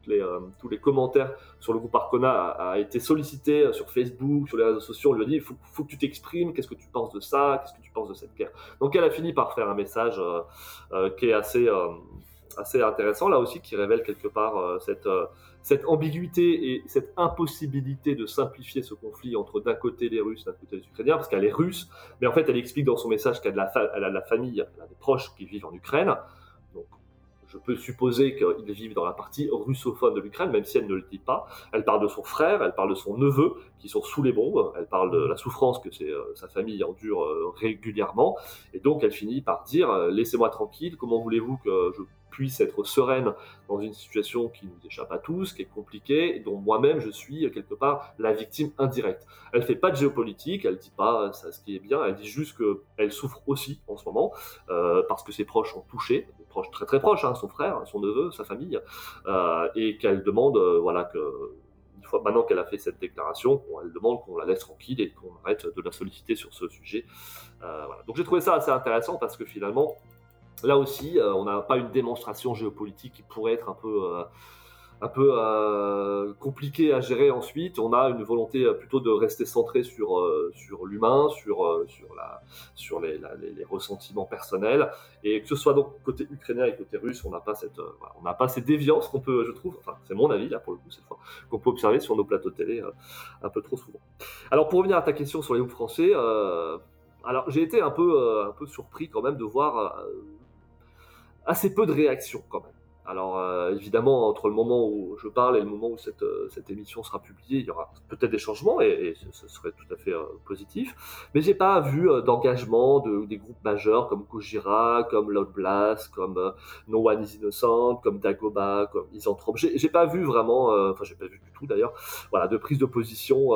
tous les commentaires sur le groupe Arcona a été sollicité sur Facebook, sur les réseaux sociaux. On lui a dit il faut que tu t'exprimes, qu'est-ce que tu penses de ça, qu'est-ce que tu penses de cette guerre. Donc elle a fini par faire un message qui est assez intéressant là aussi, qui révèle quelque part cette ambiguïté et cette impossibilité de simplifier ce conflit entre d'un côté les Russes, d'un côté les Ukrainiens, parce qu'elle est russe, mais en fait elle explique dans son message qu'elle a de la famille, elle a des proches qui vivent en Ukraine. Donc je peux supposer qu'ils vivent dans la partie russophone de l'Ukraine, même si elle ne le dit pas. Elle parle de son frère, elle parle de son neveu, qui sont sous les bombes, elle parle de la souffrance que sa famille endure régulièrement, et donc elle finit par dire « Laissez-moi tranquille, comment voulez-vous que je puisse être sereine dans une situation qui nous échappe à tous, qui est compliquée, et dont moi-même je suis quelque part la victime indirecte. » Elle fait pas de géopolitique, elle dit pas ça, ce qui est bien, elle dit juste qu'elle souffre aussi en ce moment, parce que ses proches sont touchés, des proches très très proches, son frère, son neveu, sa famille, et qu'elle demande une fois maintenant qu'elle a fait cette déclaration, elle demande qu'on la laisse tranquille et qu'on arrête de la solliciter sur ce sujet. Voilà. Donc j'ai trouvé ça assez intéressant parce que finalement, là aussi, on n'a pas une démonstration géopolitique qui pourrait être un peu compliquée à gérer ensuite. On a une volonté plutôt de rester centré sur l'humain, sur les ressentiments personnels, et que ce soit donc côté ukrainien et côté russe, on n'a pas ces déviances qu'on peut, je trouve, enfin c'est mon avis là pour le coup cette fois, qu'on peut observer sur nos plateaux de télé un peu trop souvent. Alors pour revenir à ta question sur les groupes français, alors j'ai été un peu surpris quand même de voir assez peu de réactions quand même. Alors évidemment, entre le moment où je parle et le moment où cette émission sera publiée, il y aura peut-être des changements et ce serait tout à fait positif. Mais j'ai pas vu d'engagement des groupes majeurs comme Gojira, comme Loud Blast, comme No One Is Innocent, comme Dagoba, comme Misanthrope. J'ai pas vu vraiment, j'ai pas vu du tout d'ailleurs, voilà, de prise de position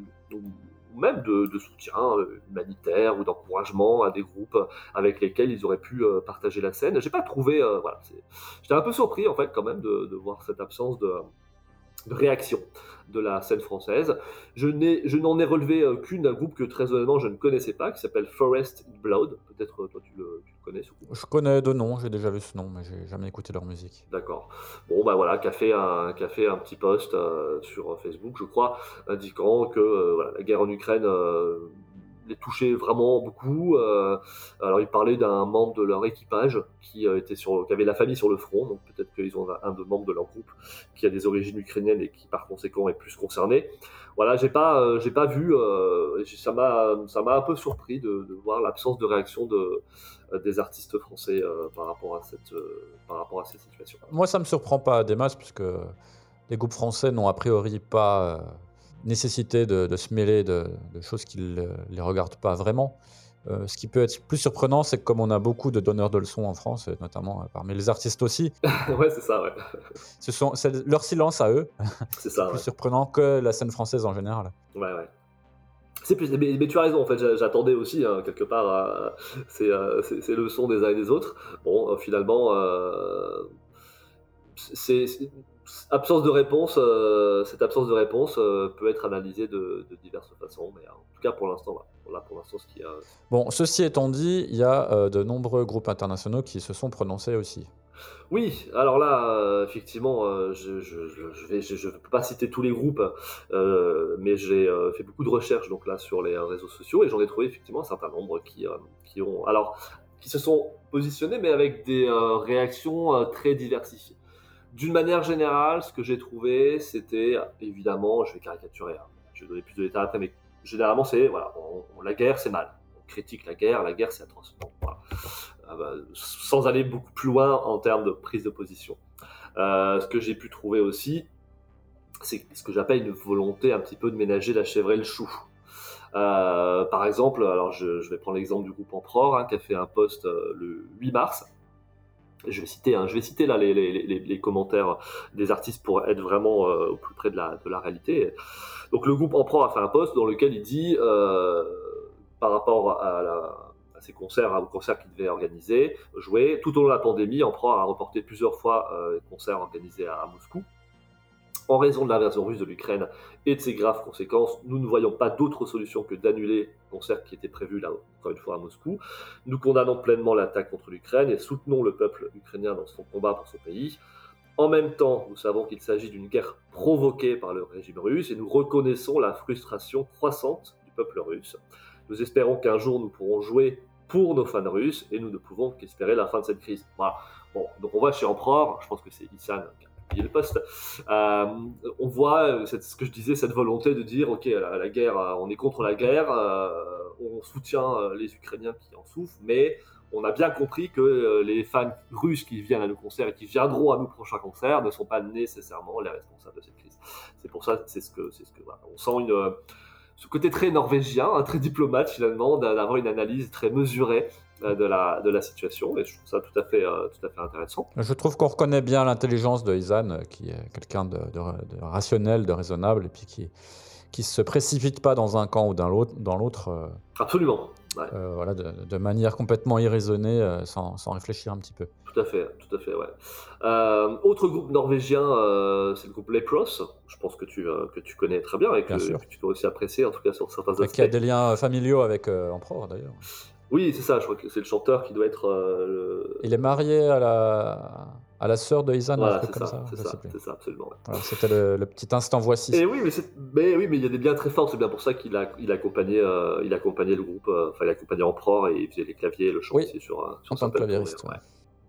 ou même de soutien humanitaire ou d'encouragement à des groupes avec lesquels ils auraient pu partager la scène. J'ai pas trouvé, j'étais un peu surpris en fait quand même de voir cette absence de réaction de la scène française. Je n'en ai relevé qu'une d'un groupe que très honnêtement je ne connaissais pas, qui s'appelle Forest in Blood. Peut-être toi tu le connais ce groupe. Je connais de nom, j'ai déjà vu ce nom, mais j'ai jamais écouté leur musique. D'accord. Bon bah voilà, qui a fait un petit post sur Facebook, je crois, indiquant que la guerre en Ukraine les touchait vraiment beaucoup. Alors ils parlaient d'un membre de leur équipage qui avait la famille sur le front, donc peut-être qu'ils ont un de membres de leur groupe qui a des origines ukrainiennes et qui par conséquent est plus concerné. Voilà, j'ai pas vu, ça m'a un peu surpris de voir l'absence de réaction des artistes français par rapport à cette situation. Moi, ça me surprend pas des masses, puisque les groupes français n'ont a priori pas nécessité de se mêler de choses qui ne les regardent pas vraiment. Ce qui peut être plus surprenant, c'est que comme on a beaucoup de donneurs de leçons en France, et notamment parmi les artistes aussi, ouais, c'est ça, ouais. c'est leur silence à eux, c'est ça, plus ouais. surprenant que la scène française en général. Ouais. C'est plus, mais tu as raison, en fait, j'attendais aussi, quelque part, ces leçons des uns et des autres. Bon, finalement, absence de réponse, cette absence de réponse peut être analysée de diverses façons, mais en tout cas pour l'instant, voilà, pour l'instant ce qu'il y a. Bon, ceci étant dit, il y a de nombreux groupes internationaux qui se sont prononcés aussi. Oui, alors là, effectivement, je ne peux pas citer tous les groupes, mais j'ai fait beaucoup de recherches donc là sur les réseaux sociaux et j'en ai trouvé effectivement un certain nombre qui se sont positionnés, mais avec des réactions très diversifiées. D'une manière générale, ce que j'ai trouvé, c'était évidemment, je vais caricaturer, je vais donner plus de détails après, mais généralement c'est la guerre c'est mal. On critique la guerre c'est atroce. Bon, voilà. Sans aller beaucoup plus loin en termes de prise de position. Ce que j'ai pu trouver aussi, c'est ce que j'appelle une volonté un petit peu de ménager la chèvre et le chou. Par exemple, alors je vais prendre l'exemple du groupe Emperor qui a fait un post le 8 mars. Je vais citer là les commentaires des artistes pour être vraiment au plus près de la réalité. Donc le groupe Emperor a fait un post dans lequel il dit par rapport à ces concerts, aux concerts qu'il devait jouer. Tout au long de la pandémie, Emperor a reporté plusieurs fois les concerts organisés à Moscou. En raison de l'invasion russe de l'Ukraine et de ses graves conséquences, nous ne voyons pas d'autre solution que d'annuler le concert qui était prévu là, encore une fois à Moscou. Nous condamnons pleinement l'attaque contre l'Ukraine et soutenons le peuple ukrainien dans son combat pour son pays. En même temps, nous savons qu'il s'agit d'une guerre provoquée par le régime russe et nous reconnaissons la frustration croissante du peuple russe. Nous espérons qu'un jour nous pourrons jouer pour nos fans russes et nous ne pouvons qu'espérer la fin de cette crise. Voilà. Bon, donc on voit chez Emperor, je pense que c'est Issan qui a publié le post, on voit ce que je disais, cette volonté de dire ok, la guerre, on est contre la guerre, on soutient les Ukrainiens qui en souffrent, mais on a bien compris que les fans russes qui viennent à nos concerts et qui viendront à nos prochains concerts ne sont pas nécessairement les responsables de cette crise. C'est pour ça, voilà. On sent ce côté très norvégien, très diplomate finalement, d'avoir une analyse très mesurée de la situation, et je trouve ça tout à fait intéressant. Je trouve qu'on reconnaît bien l'intelligence de Izan, qui est quelqu'un de rationnel, de raisonnable, et puis qui se précipite pas dans un camp ou dans l'autre. Absolument. Ouais. Voilà, de manière complètement irraisonnée, sans réfléchir un petit peu. Tout à fait, ouais. Autre groupe norvégien, c'est le groupe Lepros. Je pense que tu connais très bien et que tu dois aussi apprécier, en tout cas sur certains aspects. Qui a des liens familiaux avec Emperor, d'ailleurs. Oui, c'est ça, je crois que c'est le chanteur qui doit être... Il est marié à la sœur de Izan, voilà, un truc comme ça. C'est ça, absolument. Ouais. Voilà, c'était le petit instant voici. Et oui, mais il y a des liens très forts, c'est bien pour ça qu'il accompagnait le groupe, il accompagnait Emperor et il faisait les claviers et le chant aussi sur en tant que clavieriste. Ouais.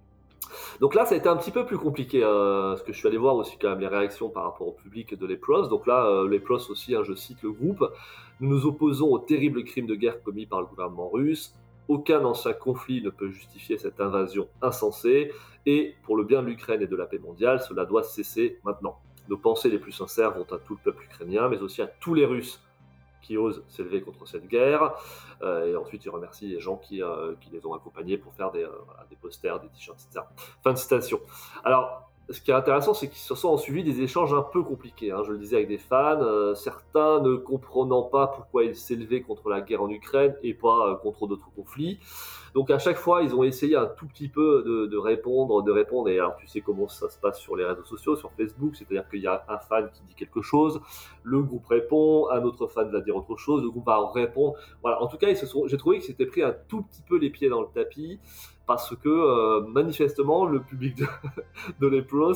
Donc là, ça a été un petit peu plus compliqué, parce que je suis allé voir aussi quand même les réactions par rapport au public de Lepros. Donc là, Lepros aussi, je cite le groupe, « Nous nous opposons aux terribles crimes de guerre commis par le gouvernement russe. Aucun ancien conflit ne peut justifier cette invasion insensée, et pour le bien de l'Ukraine et de la paix mondiale, cela doit cesser maintenant. Nos pensées les plus sincères vont à tout le peuple ukrainien, mais aussi à tous les Russes qui osent s'élever contre cette guerre. » Et ensuite, il remercie les gens qui les ont accompagnés pour faire des posters, des t-shirts, etc. Fin de citation. Alors, ce qui est intéressant, c'est qu'ils se sont suivis des échanges un peu compliqués. Je le disais, avec des fans, certains ne comprenant pas pourquoi ils s'élevaient contre la guerre en Ukraine et pas contre d'autres conflits. Donc à chaque fois, ils ont essayé un tout petit peu de répondre. Et alors, tu sais comment ça se passe sur les réseaux sociaux, sur Facebook, c'est-à-dire qu'il y a un fan qui dit quelque chose, le groupe répond, un autre fan va dire autre chose, le groupe va répondre. Voilà. En tout cas, j'ai trouvé qu'ils s'étaient pris un tout petit peu les pieds dans le tapis, parce que manifestement, le public de Lepros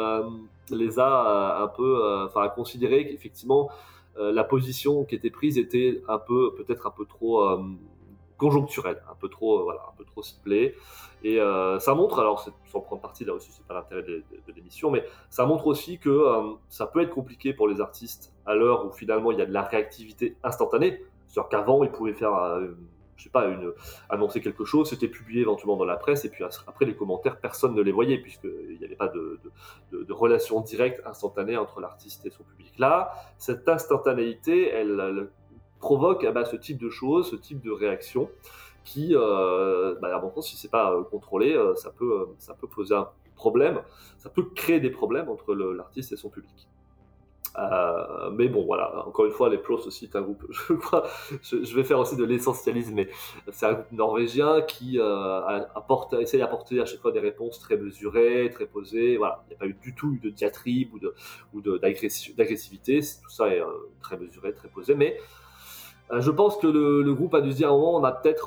les a un peu, a considéré qu'effectivement la position qui était prise était peut-être un peu trop conjoncturelle, un peu trop ciblée, et ça montre, alors sans prendre parti là aussi, c'est pas l'intérêt de l'émission, mais ça montre aussi que ça peut être compliqué pour les artistes à l'heure où finalement il y a de la réactivité instantanée, c'est-à-dire qu'avant ils pouvaient faire annoncer quelque chose, c'était publié éventuellement dans la presse, et puis après les commentaires, personne ne les voyait, puisqu'il n'y avait pas de relation directe, instantanée entre l'artiste et son public. Là, cette instantanéité, elle provoque ce type de choses, ce type de réaction, qui, à mon sens, si c'est pas contrôlé, ça peut poser un problème, ça peut créer des problèmes entre l'artiste et son public. Mais bon, voilà, encore une fois, Lepros aussi est un groupe, je crois, je vais faire aussi de l'essentialisme, mais c'est un groupe norvégien qui essaie d'apporter à chaque fois des réponses très mesurées, très posées. Voilà, il n'y a pas eu du tout de diatribe ou d'agressivité, tout ça est très mesuré, très posé, mais je pense que le groupe a dû se dire à un moment, on a peut-être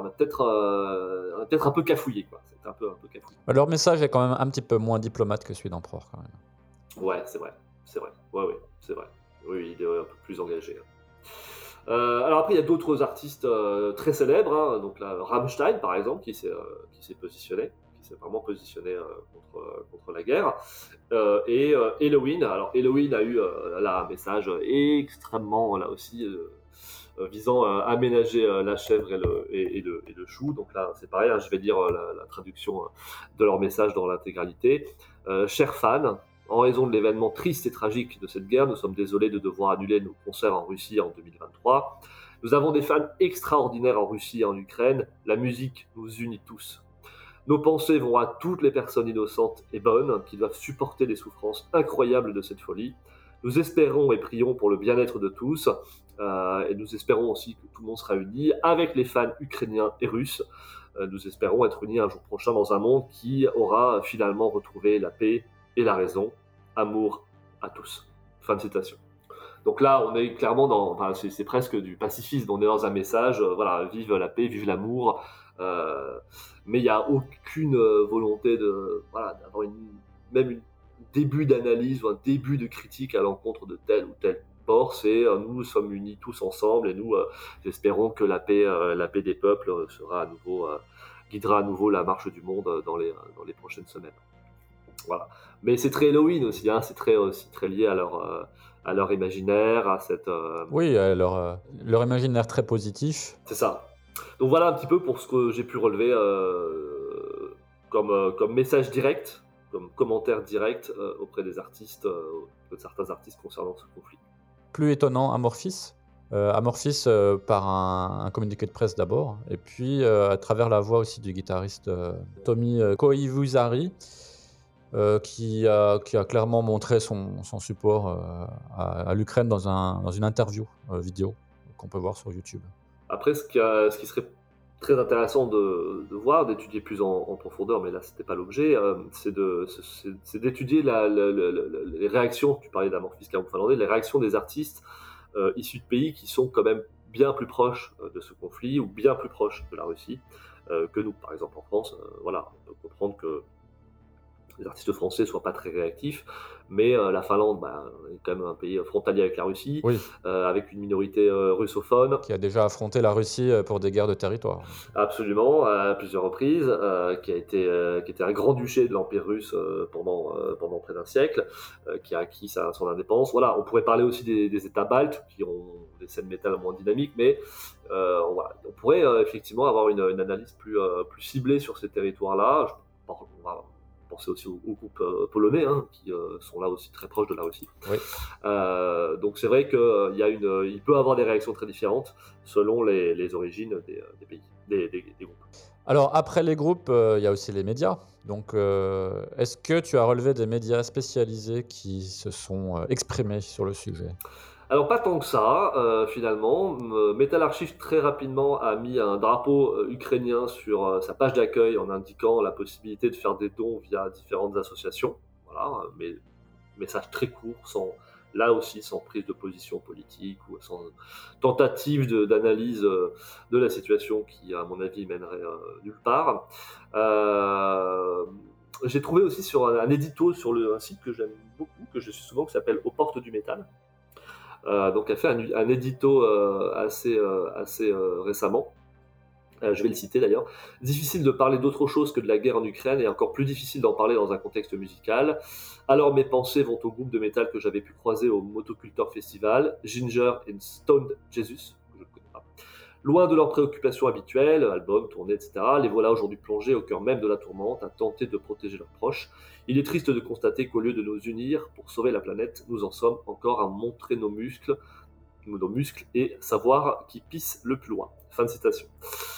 un peu cafouillé, quoi. C'était un peu cafouillé. Leur message est quand même un petit peu moins diplomate que celui d'Emperor, quand même. Ouais, c'est vrai. Ouais, c'est vrai. Oui, il est un peu plus engagé. Alors après, il y a d'autres artistes très célèbres. Donc là, Rammstein, par exemple, qui s'est vraiment positionné contre la guerre. Et Helloween. Alors Helloween a eu là un message extrêmement, là aussi, visant à aménager la chèvre et le chou. Donc là, c'est pareil, je vais lire la traduction de leur message dans l'intégralité. Chers fans, en raison de l'événement triste et tragique de cette guerre, nous sommes désolés de devoir annuler nos concerts en Russie en 2023. Nous avons des fans extraordinaires en Russie et en Ukraine. La musique nous unit tous. Nos pensées vont à toutes les personnes innocentes et bonnes qui doivent supporter les souffrances incroyables de cette folie. Nous espérons et prions pour le bien-être de tous. Et nous espérons aussi que tout le monde sera uni avec les fans ukrainiens et russes. Nous espérons être unis un jour prochain dans un monde qui aura finalement retrouvé la paix et la raison. Amour à tous. Fin de citation. Donc là, on est clairement c'est presque du pacifisme. On est dans un message, vive la paix, vive l'amour. Mais il n'y a aucune volonté d'avoir même début d'analyse ou un début de critique à l'encontre de tel ou tel port. C'est nous sommes unis tous ensemble et nous espérons que la paix des peuples guidera à nouveau la marche du monde dans les prochaines semaines. Voilà. Mais c'est très Halloween aussi, hein, c'est aussi très lié à leur imaginaire, à cette. Oui, leur imaginaire très positif. C'est ça. Donc voilà un petit peu pour ce que j'ai pu relever comme message direct, comme commentaire direct auprès des artistes, de certains artistes concernant ce conflit. Plus étonnant, Amorphis. Amorphis par un communiqué de presse d'abord, et puis à travers la voix aussi du guitariste Tommy Koivusari, qui a clairement montré son support à l'Ukraine dans une interview vidéo qu'on peut voir sur YouTube. Après, ce qui serait très intéressant de voir, d'étudier plus en profondeur, mais là c'était pas l'objet, c'est d'étudier les réactions, tu parlais d'Amorphis finlandais, les réactions des artistes issus de pays qui sont quand même bien plus proches de ce conflit ou bien plus proches de la Russie que nous. Par exemple en France, voilà, on peut comprendre que les artistes français soient pas très réactifs, mais la Finlande est quand même un pays frontalier avec la Russie, Oui, avec une minorité russophone. qui a déjà affronté la Russie pour des guerres de territoire. Absolument, à plusieurs reprises, qui était un grand-duché de l'Empire russe pendant près d'un siècle, qui a acquis son indépendance. Voilà, on pourrait parler aussi des États baltes, qui ont des scènes métal moins dynamiques, mais on pourrait effectivement avoir une analyse plus ciblée sur ces territoires-là. On va penser aussi aux groupes polonais, hein, qui sont là aussi très proches de la Russie. Oui. Donc c'est vrai qu'il peut avoir des réactions très différentes selon les origines des pays, des groupes. Alors après les groupes, il y a aussi les médias. Donc est-ce que tu as relevé des médias spécialisés qui se sont exprimés sur le sujet ? Alors pas tant que ça, finalement. Metal Archive très rapidement a mis un drapeau ukrainien sur sa page d'accueil en indiquant la possibilité de faire des dons via différentes associations. Voilà, mais message très court, là aussi sans prise de position politique ou sans tentative d'analyse de la situation qui, à mon avis, mènerait nulle part. J'ai trouvé aussi sur un édito sur un site que j'aime beaucoup, que je suis souvent, qui s'appelle Aux Portes du Métal. Donc elle fait un édito assez récemment. Je vais le citer d'ailleurs. Difficile de parler d'autre chose que de la guerre en Ukraine et encore plus difficile d'en parler dans un contexte musical. Alors mes pensées vont au groupe de métal que j'avais pu croiser au Motocultor Festival, Ginger and Stoned Jesus, que je ne connais pas. Loin de leurs préoccupations habituelles, albums, tournées, etc., les voilà aujourd'hui plongés au cœur même de la tourmente, à tenter de protéger leurs proches. Il est triste de constater qu'au lieu de nous unir pour sauver la planète, nous en sommes encore à montrer nos muscles et savoir qui pisse le plus loin. Fin de citation.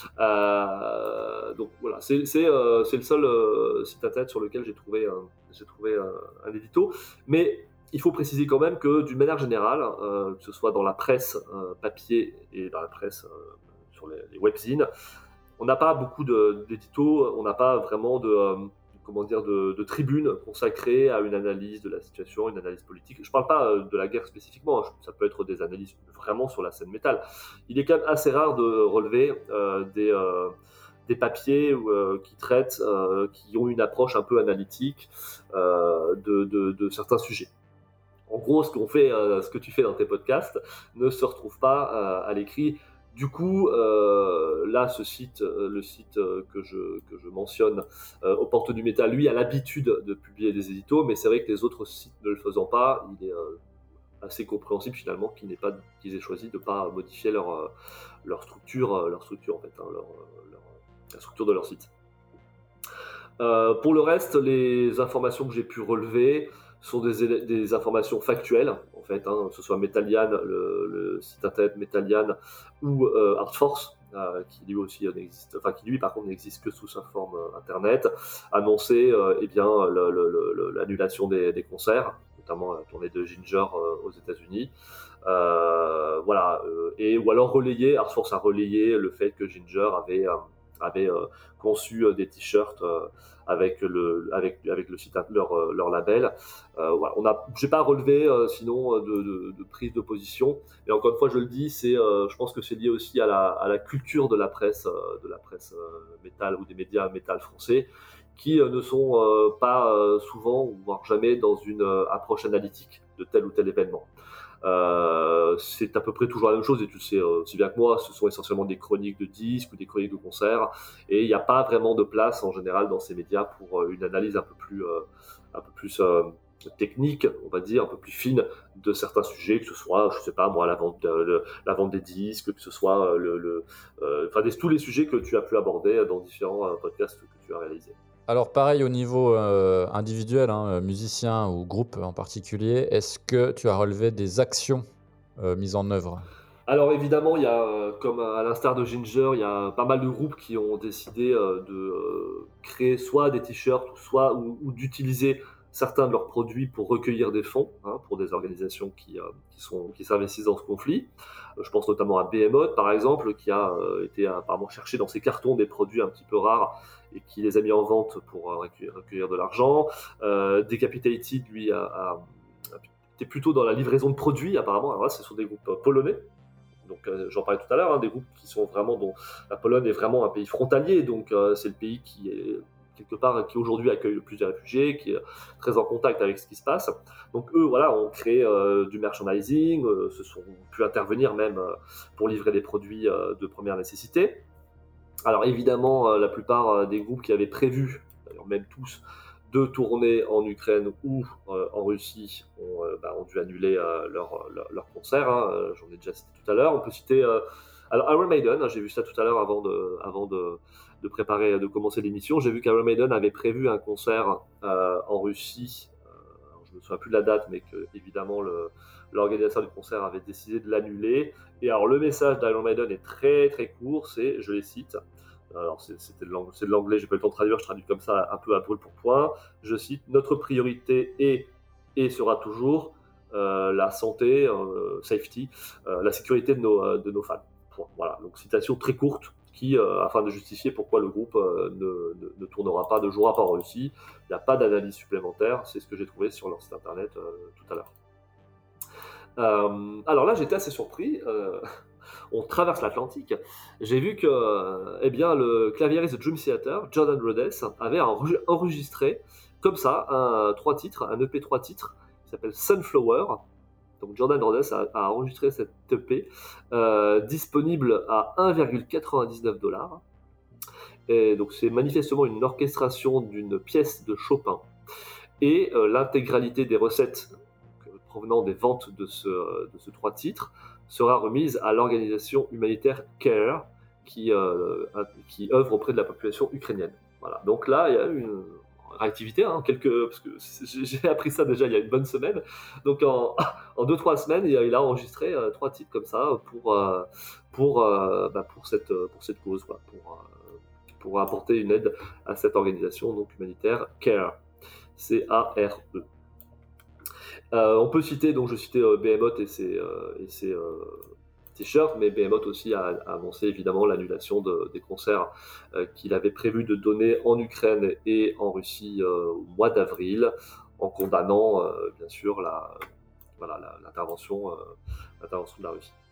Donc voilà, c'est le seul site internet sur lequel j'ai trouvé un édito. Mais il faut préciser quand même que d'une manière générale, que ce soit dans la presse papier et dans la presse sur les webzines, on n'a pas beaucoup d'éditos, on n'a pas vraiment de tribune consacrée à une analyse de la situation, une analyse politique. Je ne parle pas de la guerre spécifiquement, ça peut être des analyses vraiment sur la scène métal. Il est quand même assez rare de relever des papiers qui traitent, qui ont une approche un peu analytique de certains sujets. En gros, ce que tu fais dans tes podcasts ne se retrouve pas à l'écrit. Du coup, là, le site que je mentionne, aux Portes du Métal, lui, a l'habitude de publier des éditos, mais c'est vrai que les autres sites ne le faisant pas, il est assez compréhensible finalement qu'ils aient choisi de ne pas modifier leur structure en fait, hein, la structure de leur site. Pour le reste, les informations que j'ai pu relever sont des informations factuelles, en fait, hein, que ce soit Metallian, le site internet Metallian ou Artforce, qui lui aussi n'existe, enfin qui lui par contre n'existe que sous sa forme internet, annonçait l'annulation des concerts, notamment la tournée de Ginger aux États-Unis. Voilà, ou alors Artforce a relayé le fait que Ginger avait avait conçu des t-shirts avec le site, leur label. Voilà, j'ai pas relevé sinon de prise de position. Mais encore une fois, je le dis, je pense que c'est lié aussi à la culture de la presse métal ou des médias métal français, qui ne sont pas souvent, voire jamais, dans une approche analytique de tel ou tel événement. C'est à peu près toujours la même chose, et tu le sais aussi bien que moi, ce sont essentiellement des chroniques de disques ou des chroniques de concerts, et il n'y a pas vraiment de place en général dans ces médias pour une analyse un peu plus technique, on va dire, un peu plus fine de certains sujets, que ce soit, je sais pas moi, la vente des disques, que ce soit tous les sujets que tu as pu aborder dans différents podcasts que tu as réalisés. Alors pareil au niveau individuel, musicien ou groupe en particulier, est-ce que tu as relevé des actions mises en œuvre ? Alors évidemment, il y a, comme à l'instar de Ginger, il y a pas mal de groupes qui ont décidé de créer soit des t-shirts, ou d'utiliser certains de leurs produits pour recueillir des fonds, pour des organisations qui s'investissent dans ce conflit. Je pense notamment à Behemoth, par exemple, qui a été apparemment chercher dans ses cartons des produits un petit peu rares et qui les a mis en vente pour recueillir de l'argent. Decapitated, lui, était plutôt dans la livraison de produits, apparemment. Alors là, ce sont des groupes polonais. Donc j'en parlais tout à l'heure, des groupes qui sont vraiment, dont la Pologne est vraiment un pays frontalier, donc c'est le pays qui est quelque part, qui aujourd'hui accueille le plus de réfugiés, qui est très en contact avec ce qui se passe. Donc eux, voilà, ont créé du merchandising, se sont pu intervenir même pour livrer des produits de première nécessité. Alors évidemment, la plupart des groupes qui avaient prévu, d'ailleurs même tous, de tourner en Ukraine ou en Russie ont dû annuler leur concert. J'en ai déjà cité tout à l'heure. On peut citer alors Iron Maiden. J'ai vu ça tout à l'heure avant de préparer, de commencer l'émission. J'ai vu qu'Iron Maiden avait prévu un concert en Russie. Je me souviens plus de la date, mais que évidemment l'organisateur du concert avait décidé de l'annuler. Et alors le message d'Iron Maiden est très très court. C'est, je les cite. Alors c'est de l'anglais, j'ai pas le temps de traduire, je traduis comme ça un peu à brûle pour point. Je cite: notre priorité est et sera toujours la santé, safety, la sécurité de nos fans. Point. Voilà, donc citation très courte qui, afin de justifier pourquoi le groupe ne tournera pas, ne jouera pas en Russie. Il n'y a pas d'analyse supplémentaire, c'est ce que j'ai trouvé sur leur site internet tout à l'heure. Alors là, j'étais assez surpris. On traverse l'Atlantique. J'ai vu que le claviériste de Dream Theater, Jordan Rhodes, avait enregistré comme ça un EP 3 titres qui s'appelle Sunflower. Donc Jordan Rhodes a enregistré cette EP disponible à 1,99$. Et donc c'est manifestement une orchestration d'une pièce de Chopin. Et l'intégralité des recettes provenant des ventes de ce 3 titres sera remise à l'organisation humanitaire CARE qui œuvre auprès de la population ukrainienne. Voilà. Donc là, il y a une réactivité, parce que j'ai appris ça déjà il y a une bonne semaine. Donc en 2-3 semaines, il a enregistré 3 titres comme ça pour cette cause, pour apporter une aide à cette organisation donc humanitaire CARE. C-A-R-E. On peut citer, donc je citais Behemoth et ses t-shirts, mais Behemoth aussi a annoncé évidemment l'annulation des concerts qu'il avait prévu de donner en Ukraine et en Russie au mois d'avril, en condamnant bien sûr l'intervention de la Russie.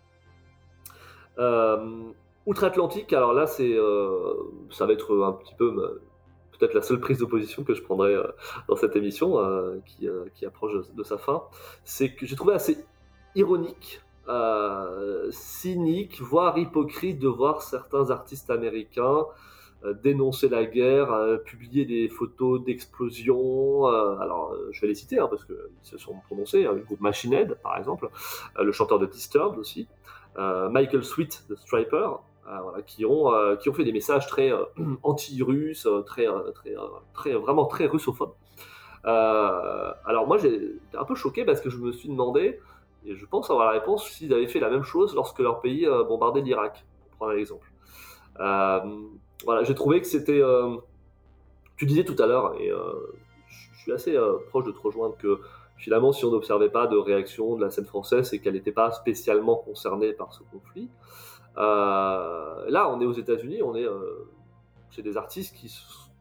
Outre-Atlantique, alors là ça va être un petit peu peut-être la seule prise de position que je prendrai dans cette émission qui approche de sa fin, c'est que j'ai trouvé assez ironique, cynique, voire hypocrite de voir certains artistes américains dénoncer la guerre, publier des photos d'explosions. Alors, je vais les citer parce qu'ils se sont prononcés. Le groupe Machine Head, par exemple, le chanteur de Disturbed aussi, Michael Sweet de Stryper. Qui ont fait des messages très anti-russes, vraiment très russophobes. Alors moi, j'étais un peu choqué parce que je me suis demandé, et je pense avoir la réponse, s'ils avaient fait la même chose lorsque leur pays bombardait l'Irak, pour prendre un exemple. J'ai trouvé que c'était... tu disais tout à l'heure, et je suis assez proche de te rejoindre, que finalement, si on n'observait pas de réaction de la scène française, c'est qu'elle n'était pas spécialement concernée par ce conflit. Là, on est aux États-Unis, on est chez des artistes qui,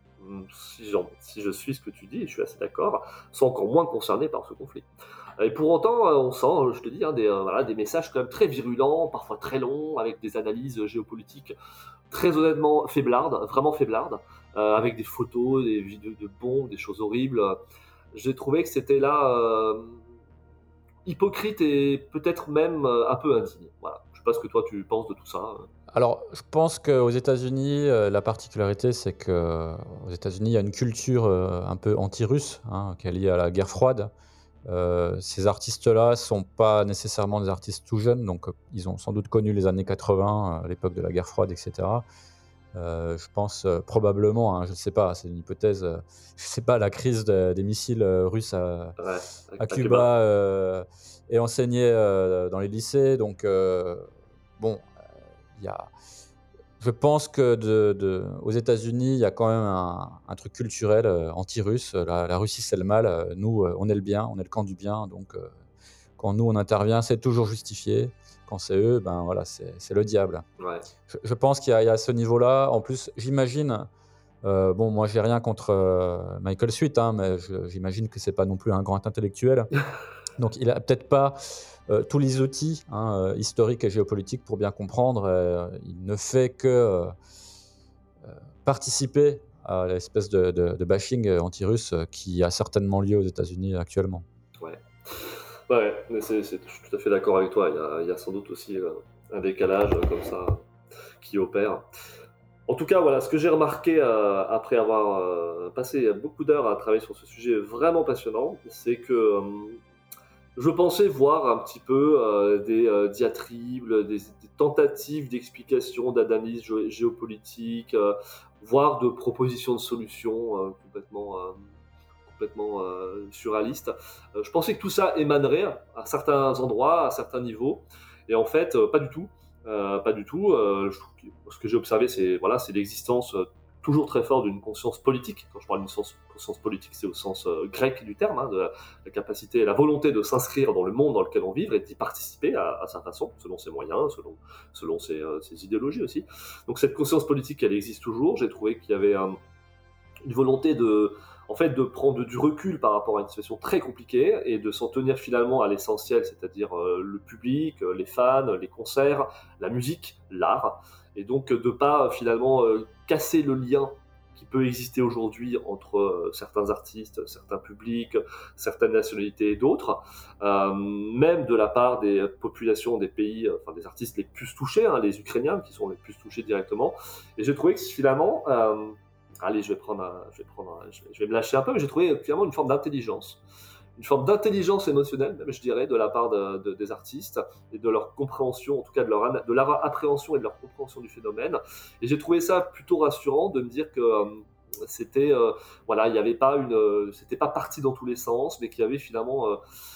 si je suis ce que tu dis, et je suis assez d'accord, sont encore moins concernés par ce conflit. Et pour autant, on sent, je te dis, des messages quand même très virulents, parfois très longs, avec des analyses géopolitiques très honnêtement faiblardes, vraiment faiblardes, avec des photos, des vidéos de bombes, des choses horribles. J'ai trouvé que c'était là hypocrite et peut-être même un peu indigne. Voilà. Je sais pas ce que toi tu penses de tout ça. Alors, je pense qu'aux États-Unis, la particularité, c'est qu'aux États-Unis, il y a une culture un peu anti-russe, hein, qui est liée à la guerre froide. Ces artistes-là sont pas nécessairement des artistes tout jeunes, donc ils ont sans doute connu les années 80, à l'époque de la guerre froide, etc. Je pense probablement, hein, je ne sais pas, c'est une hypothèse, je sais pas, la crise des missiles russes Ouais, à Cuba est enseignée dans les lycées, donc bon, il y a, je pense que aux États-Unis, il y a quand même un truc culturel anti-russe. La Russie, c'est le mal. Nous, on est le bien, on est le camp du bien. Donc, quand nous, on intervient, c'est toujours justifié. Quand c'est eux, ben voilà, c'est le diable. ouais. Je pense qu'il y a ce niveau-là. En plus, j'imagine, bon, moi, j'ai rien contre Michael Sweet, hein, mais j'imagine que c'est pas non plus un grand intellectuel. Donc, il a peut-être pas tous les outils historiques et géopolitiques pour bien comprendre. Il ne fait que participer à l'espèce de bashing anti-russe qui a certainement lieu aux États-Unis actuellement. Ouais, mais je suis tout à fait d'accord avec toi. Il y a sans doute aussi un décalage comme ça qui opère. En tout cas, voilà, ce que j'ai remarqué après avoir passé beaucoup d'heures à travailler sur ce sujet vraiment passionnant, c'est que je pensais voir un petit peu des diatribes, des tentatives d'explication, d'analyse géopolitique, voire de propositions de solutions complètement surréalistes. Je pensais que tout ça émanerait à certains endroits, à certains niveaux, et en fait, pas du tout. Pas du tout. Je trouve que ce que j'ai observé, c'est l'existence toujours très forte d'une conscience politique. Quand je parle d'une conscience politique, c'est au sens grec du terme, hein, de la capacité et la volonté de s'inscrire dans le monde dans lequel on vit et d'y participer à sa façon, selon ses moyens, selon ses idéologies aussi. Donc cette conscience politique, elle existe toujours. J'ai trouvé qu'il y avait une volonté de prendre du recul par rapport à une situation très compliquée et de s'en tenir finalement à l'essentiel, c'est-à-dire le public, les fans, les concerts, la musique, l'art, et donc de pas finalement casser le lien qui peut exister aujourd'hui entre certains artistes, certains publics, certaines nationalités et d'autres, même de la part des populations des pays, des artistes les plus touchés, hein, les Ukrainiens qui sont les plus touchés directement. Et j'ai trouvé que finalement, allez, je vais me lâcher un peu, mais j'ai trouvé finalement une forme d'intelligence émotionnelle, même je dirais, de la part des artistes et de leur compréhension, en tout cas de leur appréhension et de leur compréhension du phénomène. Et j'ai trouvé ça plutôt rassurant de me dire que c'était, il y avait pas c'était pas parti dans tous les sens, mais qu'il y avait finalement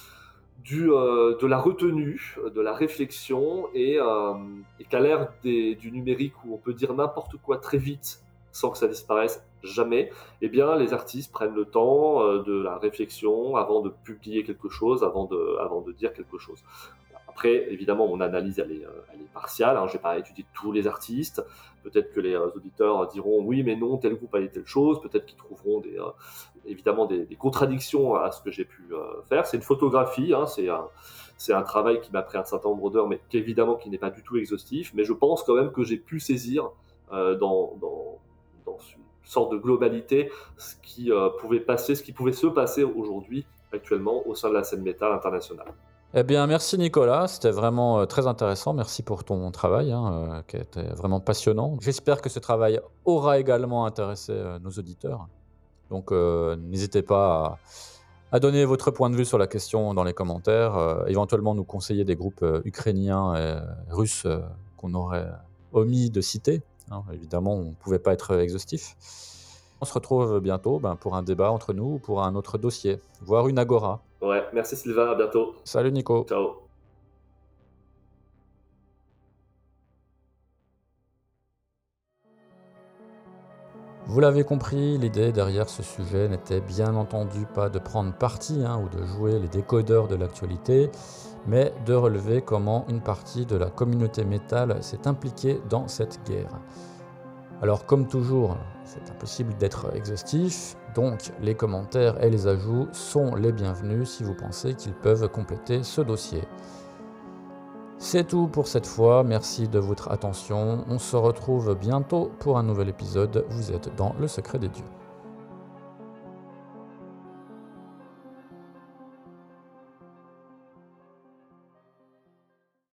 de la retenue, de la réflexion et qu'à l'ère du numérique où on peut dire n'importe quoi très vite sans que ça disparaisse jamais, eh bien les artistes prennent le temps de la réflexion avant de publier quelque chose, avant de dire quelque chose. Après, évidemment, mon analyse, elle est partiale. Hein. Je ne vais pas étudier tous les artistes. Peut-être que les auditeurs diront oui, mais non, tel groupe a dit telle chose. Peut-être qu'ils trouveront évidemment des contradictions à ce que j'ai pu faire. C'est une photographie, hein. C'est un travail qui m'a pris un certain nombre d'heures, mais évidemment qui n'est pas du tout exhaustif. Mais je pense quand même que j'ai pu saisir dans une sorte de globalité ce qui pouvait se passer aujourd'hui, actuellement, au sein de la scène métal internationale. Eh bien, merci Nicolas, c'était vraiment très intéressant. Merci pour ton travail, qui était vraiment passionnant. J'espère que ce travail aura également intéressé nos auditeurs. Donc, n'hésitez pas à donner votre point de vue sur la question dans les commentaires, éventuellement nous conseiller des groupes ukrainiens et russes qu'on aurait omis de citer. Hein, évidemment, on ne pouvait pas être exhaustif. On se retrouve bientôt pour un débat entre nous ou pour un autre dossier, voire une agora. Ouais, merci Sylvain, à bientôt. Salut Nico. Ciao. Vous l'avez compris, l'idée derrière ce sujet n'était bien entendu pas de prendre parti ou de jouer les décodeurs de l'actualité, mais de relever comment une partie de la communauté métal s'est impliquée dans cette guerre. Alors comme toujours, c'est impossible d'être exhaustif, donc les commentaires et les ajouts sont les bienvenus si vous pensez qu'ils peuvent compléter ce dossier. C'est tout pour cette fois, merci de votre attention, on se retrouve bientôt pour un nouvel épisode, vous êtes dans le secret des dieux.